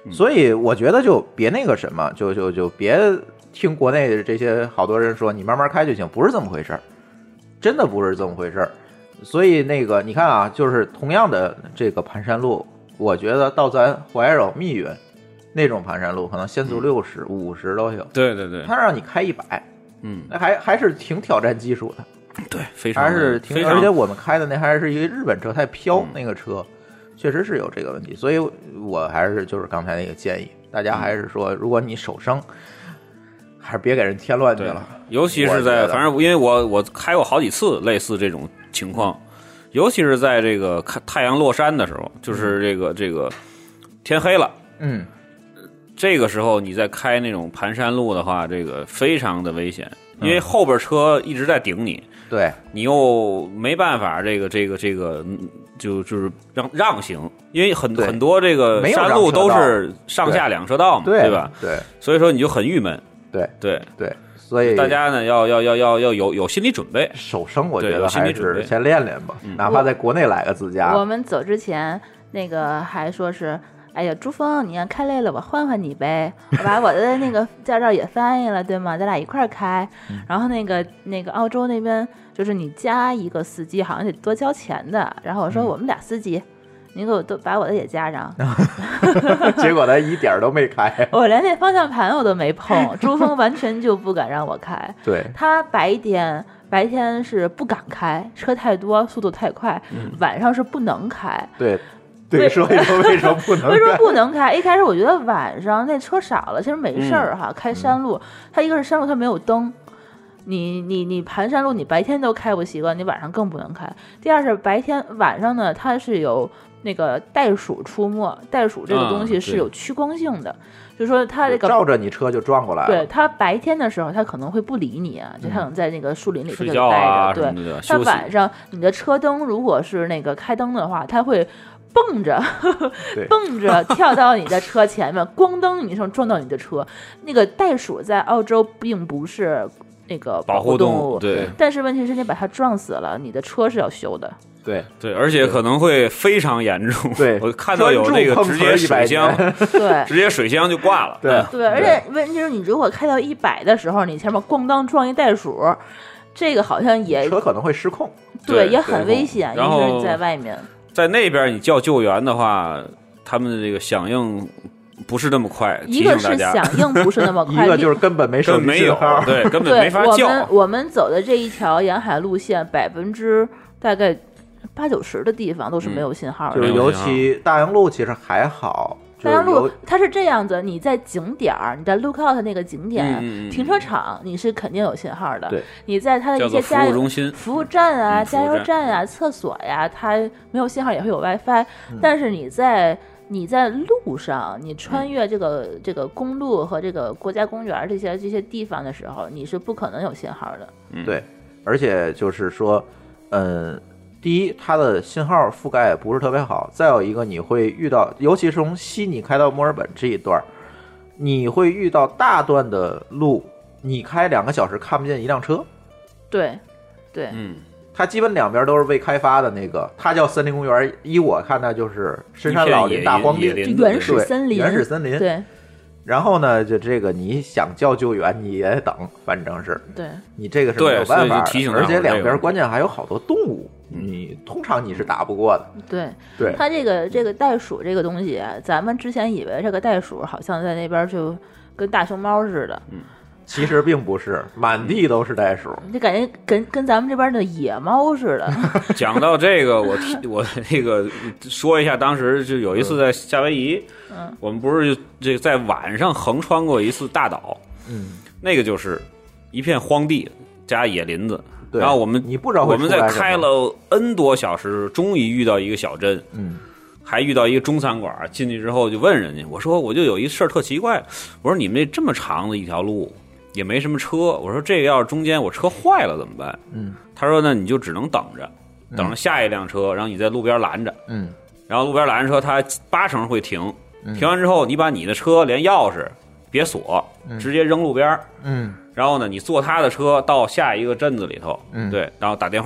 所以我觉得就别那个什么，就就就别听国内的这些好多人说你慢慢开就行，不是这么回事儿，真的不是这么回事儿。所以那个你看啊，就是同样的这个盘山路，我觉得到咱怀柔、密云那种盘山路，可能限速六十、五十都有。 对对对， 他让你开一百， 嗯， 那还还是挺挑战技术的。 对，非常还是挺， 非常而且我们开的那还是一个日本车，太飘、 嗯、 那个车。确实是有这个问题，所以我还是就是刚才那个建议，大家还是说，如果你手生，还是别给人添乱去了。 尤其是在，反正因为我我开过好几次类似这种情况，尤其是在这个太阳落山的时候，就是这个这个天黑了， 嗯， 这个时候你在开那种盘山路的话，这个非常的危险，因为后边车一直在顶你。 对， 你又没办法，这个这个这个，就就是让让行，因为很很多这个山路都是上下两车道嘛， 对, 对吧？ 对， 所以说你就很郁闷。 对对对，所以大家呢要要要要要有有心理准备。 手生我觉得还是先练练吧，哪怕在国内来个自驾。 我们走之前那个还说是。哎呀，朱峰，你要开累了，我换换你呗。我把我的那个驾照也翻译了，对吗？咱俩一块儿开。然后那个那个澳洲那边，就是你加一个司机，好像得多交钱的。然后我说我们俩司机，您给我都把我的也加上。 结果他一点都没开， 我连那方向盘我都没碰。朱峰完全就不敢让我开。 对， 他白天白天是不敢开，车太多，速度太快。嗯、晚上是不能开。 对。对，说一说为什么不能开？ 为什么不能开？一开始我觉得晚上那车少了，其实没事儿哈。嗯、开山路，它一个是山路，它没有灯。你你你盘山路，你白天都开不习惯，你晚上更不能开。第二是白天晚上呢，它是有那个袋鼠出没，袋鼠这个东西是有趋光性的，嗯、就是说它这个照着你车就撞过来了。 对，它白天的时候它可能会不理你啊，就它可能在那个树林里它就待着。 啊、 对，它晚上你的车灯如果是那个开灯的话，它会。蹦着蹦着跳到你的车前面，咣当一声撞到你的车。那个袋鼠在澳洲并不是那个保护动物， 对。 但是问题是你把它撞死了，你的车是要修的。 对对，而且可能会非常严重。 对， 我看到有那个直接水箱， 对， 直接水箱就挂了。 对对，而且问题是你如果开到一百的时候，你前面咣当撞一袋鼠，这个好像也车可能会失控， 对，也很危险，因为你在外面。 在那边你叫救援的话，他们的这个响应不是那么快。 一个是响应不是那么快， 一个就是根本没手机信号， 对，根本没法叫。 我们我们走的这一条沿海路线，百分之大概八九十的地方都是没有信号的。 嗯、就是尤其大洋路其实还好。 大洋路它是这样子，你在景点儿，你在 Lookout 那个景点、 嗯、 停车场，你是肯定有信号的。 对， 你在它的一些加油中心、 服务站啊、 嗯、 加油站啊、厕所呀，它没有信号也会有 WiFi、嗯。但是你在你在路上，你穿越这个、嗯、这个公路和这个国家公园这些这些地方的时候，你是不可能有信号的。 嗯、 对，而且就是说，嗯。第一，它的信号覆盖也不是特别好。再有一个，你会遇到，尤其是从悉尼开到墨尔本这一段，你会遇到大段的路，你开两个小时看不见一辆车。 对，对， 嗯， 它基本两边都是未开发的那个，它叫森林公园。依我看，那就是深山老林、大荒地、 原始森林、 原始森林。 对。 然后呢，就这个你想叫救援你也等，反正是， 对你这个是没有办法的， 而且两边关键还有好多动物，你通常你是打不过的。 对对， 它这个这个袋鼠这个东西，咱们之前以为这个袋鼠好像在那边就跟大熊猫似的， 嗯， 其实并不是，满地都是袋鼠， 就感觉跟跟咱们这边的野猫似的。 讲到这个，我我那个说一下，当时就有一次在夏威夷。 嗯， 我们不是这个在晚上横穿过一次大岛， 嗯， 那个就是一片荒地加野林子， 对， 然后我们你不知道我们在开了 N 多小时，终于遇到一个小镇， 嗯， 还遇到一个中餐馆，进去之后就问人家，我说我就有一事儿特奇怪，我说你们这这么长的一条路也没什么车，我说这个要是中间我车坏了怎么办？ 嗯， 他说那你就只能等着，等着下一辆车，然后你在路边拦着， 嗯， 然后路边拦着车，它八成会停。停完之后，你把你的车连钥匙别锁，直接扔路边， 嗯， 然后呢，你坐他的车到下一个镇子里头， 嗯， 对，然后打电话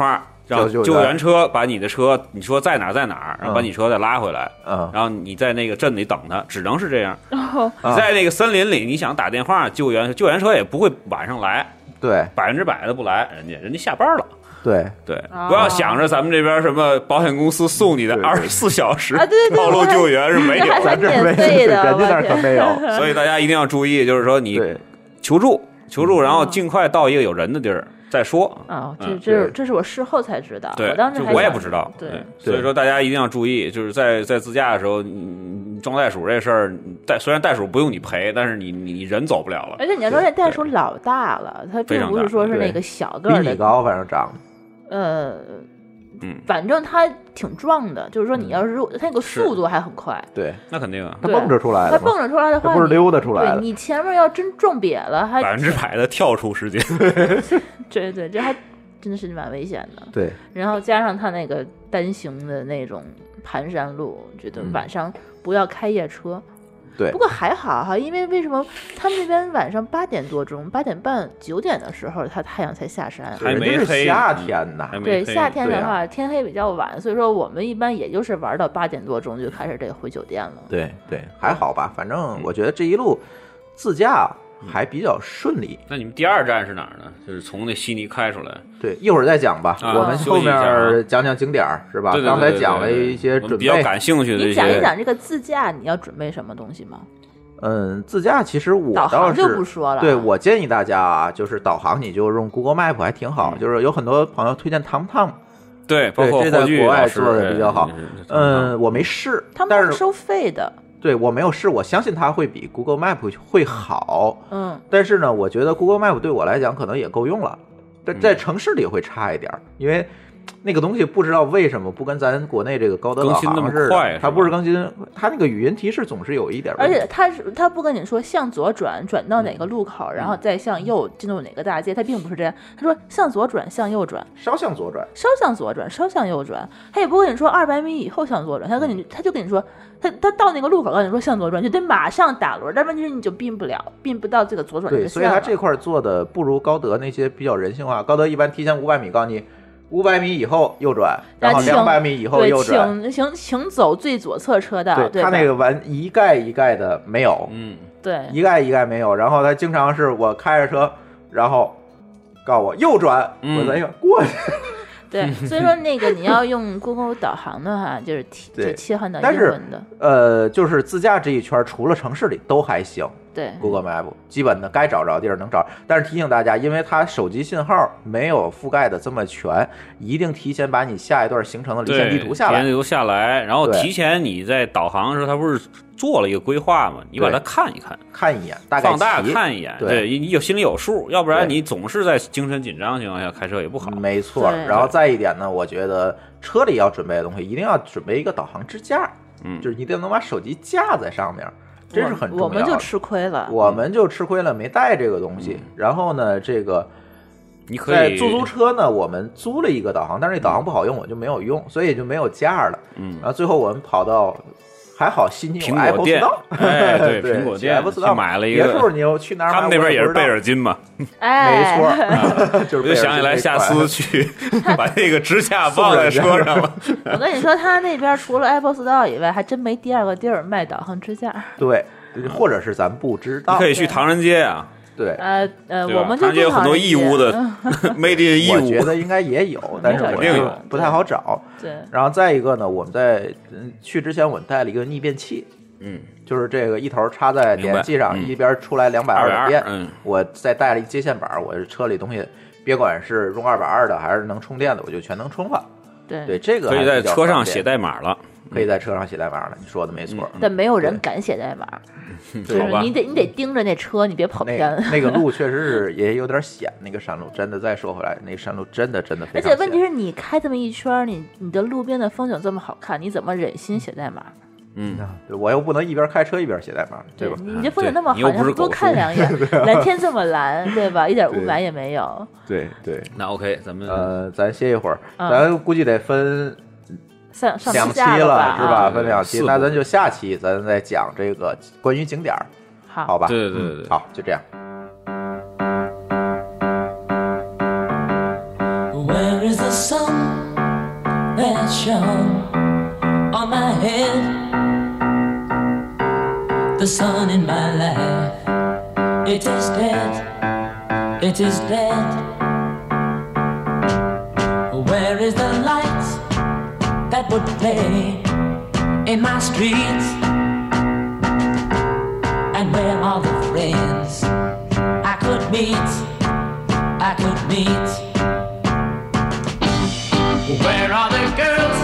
让救援车把你的车，你说在哪儿在哪儿，然后把你车再拉回来，嗯，然后你在那个镇里等他，只能是这样。哦、你在那个森林里，你想打电话救援，救援车也不会晚上来， 对， 百分之百的不来，人家人家下班了。 对对，不要想着咱们这边什么保险公司送你的二十四小时道路救援是没有， 咱这没有，人家那可没有。 所以大家一定要注意，就是说你求助求助，然后尽快到一个有人的地儿再说。 啊，这这这是我事后才知道， 对， 我当时我也不知道。 对， 所以说大家一定要注意，就是在在自驾的时候，你装袋鼠这事儿，袋虽然袋鼠不用你赔，但是你你人走不了了。 而且你要说这袋鼠老大了，它并不是说是那个小个的， 比你高，反正长得。 呃，嗯，反正它挺壮的，就是说你要是它那个速度还很快， 对， 那肯定啊， 它蹦着出来了，它蹦着出来的话， 不是溜达出来的， 对你前面要真撞瘪了，还百分之百的跳出时间， 对对，这还真的是蛮危险的， 对。 然后加上它那个单行的那种盘山路，觉得晚上不要开夜车。 对， 不过还好哈，因为为什么他们那边晚上八点多钟、八点半、九点的时候，它太阳才下山， 还没黑， 夏天呢。 对，夏天的话、啊、天黑比较晚，所以说我们一般也就是玩到八点多钟就开始这个回酒店了。 对对，还好吧，反正我觉得这一路自驾还比较顺利。 那你们第二站是哪儿呢？就是从那悉尼开出来。 对，一会儿再讲吧。啊、我们后面讲讲景点是吧？ 对对对对对， 刚才讲了一些准备， 比较感兴趣的一些。 你讲一讲这个自驾，你要准备什么东西吗？ 嗯，自驾其实我倒是导航就不说了。 对，我建议大家啊，就是导航你就用 Google Map 还挺好。嗯、就是有很多朋友推荐 TomTom， 对，包括这在国外做的比较好。嗯，我没试，但是收费的。 对，我没有试，我相信它会比 Google Map 会好。 嗯， 但是呢，我觉得 Google Map 对我来讲可能也够用了，但在城市里会差一点，因为那个东西不知道为什么不跟咱国内这个高德导航似的，它不是更新，它那个语音提示总是有一点问题。 而且它是它不跟你说向左转，转到哪个路口，然后再向右进入哪个大街，它并不是这样。他说向左转，向右转， 稍向左转， 稍向左转，稍向右转。他也不跟你说二百米以后向左转，他跟你他就跟你说，他他到那个路口跟你说向左转，就得马上打轮，但问题是你就并不了，并不到这个左转的线了。 对，所以他这块做的不如高德那些比较人性化。高德一般提前五百米告诉你。五百米以后右转，然后两百米以后右转， 请请请走最左侧车道。 对， 对他那个完一概一概的没有， 嗯， 对， 一概一概没有。然后他经常是我开着车，然后告我右转， 嗯、 我再过去。 对，所以说那个你要用 Google 导航的话，就是就切换到英文的。 呃，就是自驾这一圈，除了城市里都还行。 对 ，Google Map 基本的该找着地儿能找，但是提醒大家，因为它手机信号没有覆盖的这么全，一定提前把你下一段行程的离线地图下来， 离线地图下来，然后提前你在导航的时候，它不是做了一个规划吗？你把它看一看， 看一眼，大概放大看一眼， 对， 对你有心里有数，要不然你总是在精神紧张的情况下开车也不好。 没错，然后再一点呢，我觉得车里要准备的东西，一定要准备一个导航支架， 嗯， 就是一定能把手机架在上面。这是很重要的， 我们就吃亏了， 我们就吃亏了，没带这个东西。嗯、然后呢，这个你可以在出租车呢，我们租了一个导航，但是那导航不好用，我就没有用，所以也就没有架了。 嗯， 然后最后我们跑到还好悉尼有 Apple Store， 哎，对， 对苹果店 Apple Store 买了一个。 别处你又去哪儿？ 他们那边也是贝尔金嘛， 哎， 没错，就是我就想起来下次去把那个支架放在车上了。 我跟你说，他那边除了 Apple Store 以外，还真没第二个地儿卖导航支架。 对。或者是咱不知道， 你可以去唐人街啊。 对， 呃呃，我们就唐人街有很多义乌的made in义乌， 我觉得应该也有，但是我就不太好找。 对， 然后再一个呢，我们在去之前我们带了一个逆变器， 嗯， 就是这个一头插在点烟器上，一边出来两百二的电。 嗯， 我再带了一接线板，我车里东西别管是用二百二的还是能充电的，我就全能充了。 对对，这个可以在车上写代码了。 可以在车上写代码了，你说的没错。 嗯、但没有人敢写代码，就是你得你得盯着那车，你别跑偏。 那, 那个路确实是也有点险，那个山路真的。再说回来，那个山路真的真的非常险。 而且问题是你开这么一圈，你你的路边的风景这么好看，你怎么忍心写代码？ 嗯， 我又不能一边开车一边写代码，对吧？ 你这风景那么好，你多看两眼。蓝天这么蓝，对吧？一点雾霾也没有。 对对， 那 OK， 咱们呃，咱歇一会儿，咱估计得分。 上上两期了是吧？分两期，那咱就下期咱再讲这个关于景点， 好， 好吧？ 对对对对， 好，就这样。Where is the sun? that shone on my head, the sun in my life, it is dead, it is dead. Where is the light that would play in my streets? And where are the friends I could meet, I could meet? Where are the girls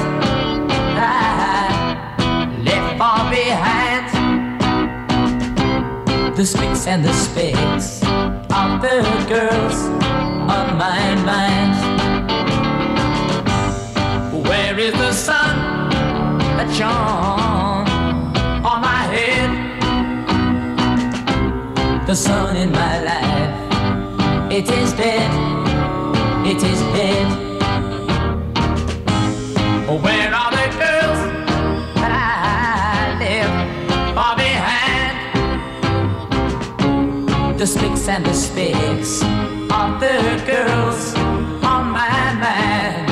I left far behind? The spicks and the specks of the girls on my mind. Where is the sun that shone on my head? The sun in my life, it is dead, it is dead. Where are the girls that I left far behind? The spicks and the specks of the girls on my mind.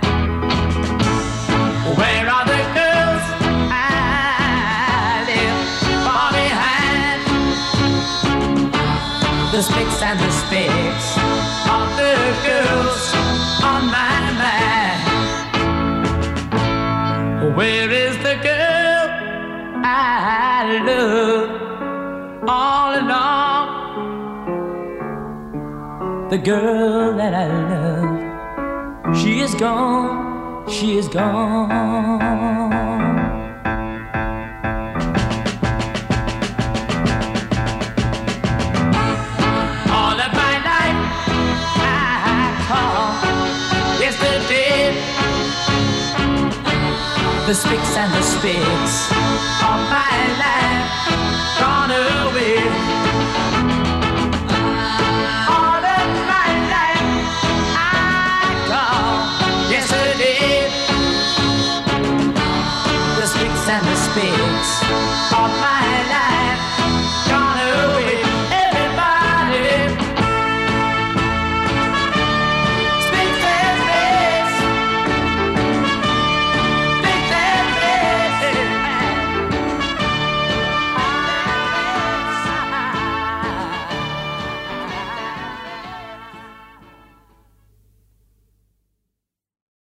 Where are the girls I left far behind? The spicks and the specks of the girls on my mind. Where is the girl I love all along? The girl that I love, she is gone, she is gone. All of my life I call yesterday. The spicks and the spicks of my life,